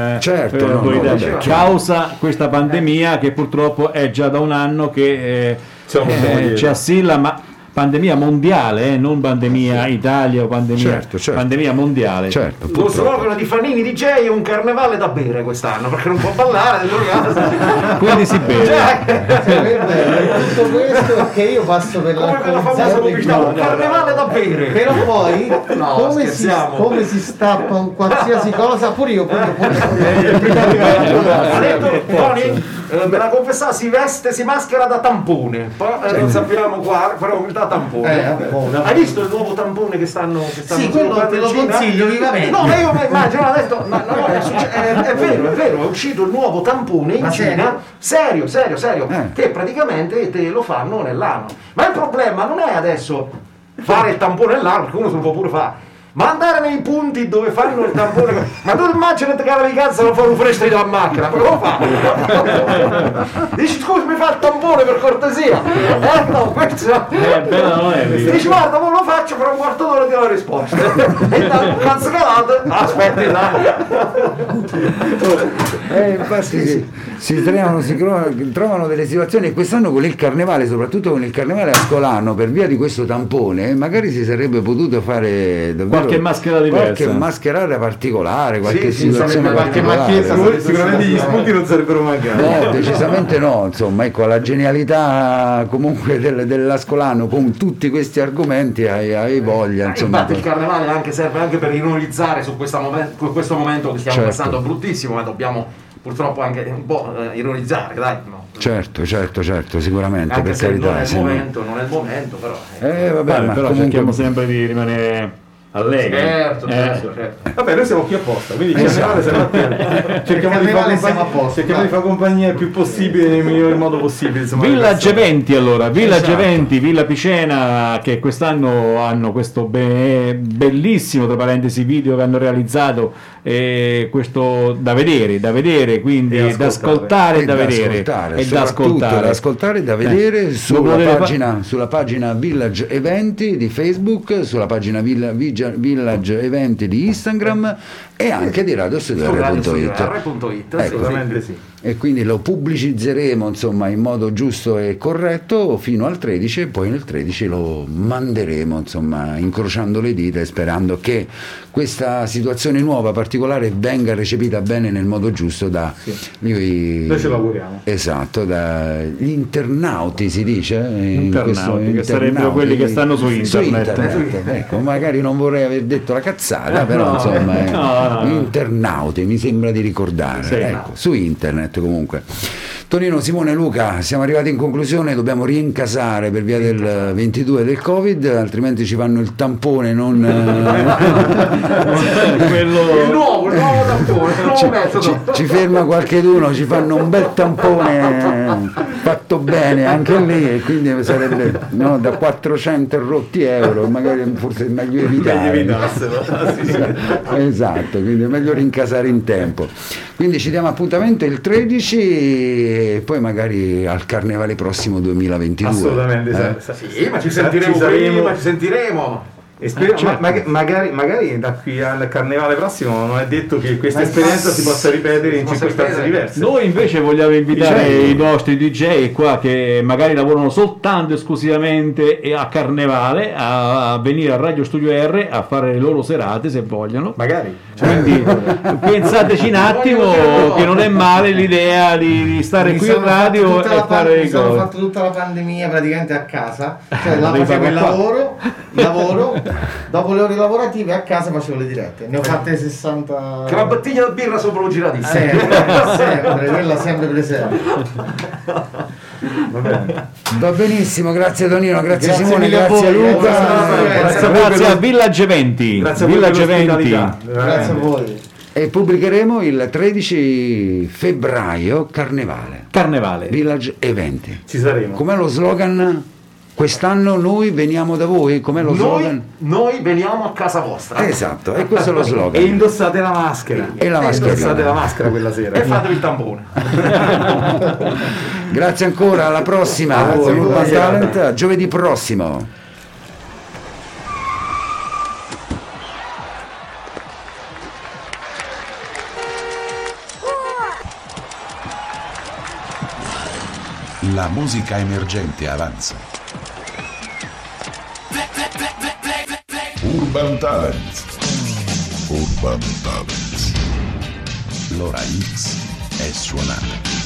causa questa pandemia che purtroppo è già da un anno che ci assilla, ma pandemia mondiale, non pandemia Italia o pandemia, pandemia mondiale. Certo, lo slogan di Fanini DJ è un carnevale da bere quest'anno, perché non può ballare dentro casa. Quindi si beve. Tutto questo perché io passo per la famosa pubblicità, un carnevale da bere. Però poi come si stappa un qualsiasi cosa, pure io ha detto Tony, me la confessava, si veste, si maschera da tampone, non sappiamo qua, però da tampone. Hai visto il nuovo tampone che stanno sì, quello te lo consiglio vivamente. No, ma io mi immagino adesso, è vero, è uscito il nuovo tampone in Cina, serio, che praticamente te lo fanno nell'anno. Ma il problema non è adesso fare il tampone nell'anno, perché uno se lo può pure fare, ma andare nei punti dove fanno il tampone. Ma tu immagini che la cazzo non fa un fresco della macchina, come lo fa? Dici scusa, mi fa il tampone per cortesia. No, questo dici guarda, non lo faccio per un quarto d'ora di la risposta. E da un cazzo calato, aspetti là. Infatti si trovano delle situazioni, e quest'anno con il carnevale, soprattutto con il carnevale ascolano, per via di questo tampone, magari si sarebbe potuto fare davvero qualche maschera diversa, qualche mascherata particolare, qualche situazione particolare. Sicuramente gli spunti non sarebbero mancati. No, decisamente no, insomma, ecco, la genialità comunque dell'ascolano con tutti questi argomenti hai voglia, insomma. Infatti il carnevale serve anche per ironizzare su questo momento che stiamo passando bruttissimo, ma dobbiamo purtroppo anche un po' ironizzare, dai. No. Certo, sicuramente, anche per se carità. Non è il momento, però. Vabbè, ma però comunque cerchiamo sempre di rimanere allegri. Certo. Vabbè, noi siamo qui apposta, quindi cerchiamo di fare compagnia il più possibile, nel miglior modo possibile. Insomma, Village Eventi, allora, Village Eventi, Villa Picena, che quest'anno hanno questo bellissimo, tra parentesi, video che hanno realizzato, questo da vedere, quindi da ascoltare e da vedere. Da ascoltare e da vedere sulla pagina Village Eventi di Facebook, sulla pagina Village Eventi di Instagram e anche di radiostudio.it. Assolutamente sì. E quindi lo pubblicizzeremo insomma in modo giusto e corretto fino al 13, e poi nel 13 lo manderemo insomma incrociando le dita e sperando che questa situazione nuova particolare venga recepita bene nel modo giusto noi ce lavoriamo. Esatto, dagli internauti, si dice che sarebbero quelli che stanno su internet. Ecco, magari non vorrei aver detto la cazzata, però insomma internauti mi sembra di ricordare, su internet comunque. Tonino, Simone, Luca, siamo arrivati in conclusione, dobbiamo rincasare per via del 22 del Covid, altrimenti ci fanno il tampone, non quello... il nuovo tampone, il nuovo metodo. Ci ferma qualcheduno, ci fanno un bel tampone fatto bene anche lì, e quindi sarebbe da 400 rotti euro, magari forse è meglio evitare. Esatto, quindi è meglio rincasare in tempo. Quindi ci diamo appuntamento il 13 e poi magari al carnevale prossimo 2022. Assolutamente, sì, ma ci sentiremo prima, ci sentiremo. E magari da qui al carnevale prossimo non è detto che questa esperienza si possa ripetere in circostanze diverse. Noi invece vogliamo invitare i nostri DJ qua che magari lavorano soltanto esclusivamente a carnevale a venire a Radio Studio R a fare le loro serate se vogliono. Magari. Quindi pensateci un attimo che non è male l'idea di stare qui in radio e fare le cose. Ho fatto tutta la pandemia praticamente a casa, cioè là facevo il lavoro, dopo le ore lavorative a casa facevo le dirette, ne ho fatte 60. Che la bottiglia di birra sopra lo giradissimo. Sempre, quella sempre presente. Va benissimo, grazie Tonino, grazie Simone, grazie a Luca, grazie a Village Eventi, grazie a voi. E pubblicheremo il 13 febbraio Carnevale Village Eventi. Ci saremo. Com'è lo slogan? Quest'anno noi veniamo da voi, com'è lo slogan? Noi veniamo a casa vostra. Esatto, e questo è lo slogan. E indossate la maschera. Indossate la maschera quella sera. E fatevi il tampone. Grazie ancora, alla prossima. Grazie Urban Talent, giovedì prossimo. La musica emergente avanza. Urban Talent. Urban Talent. L'ora X è suonata.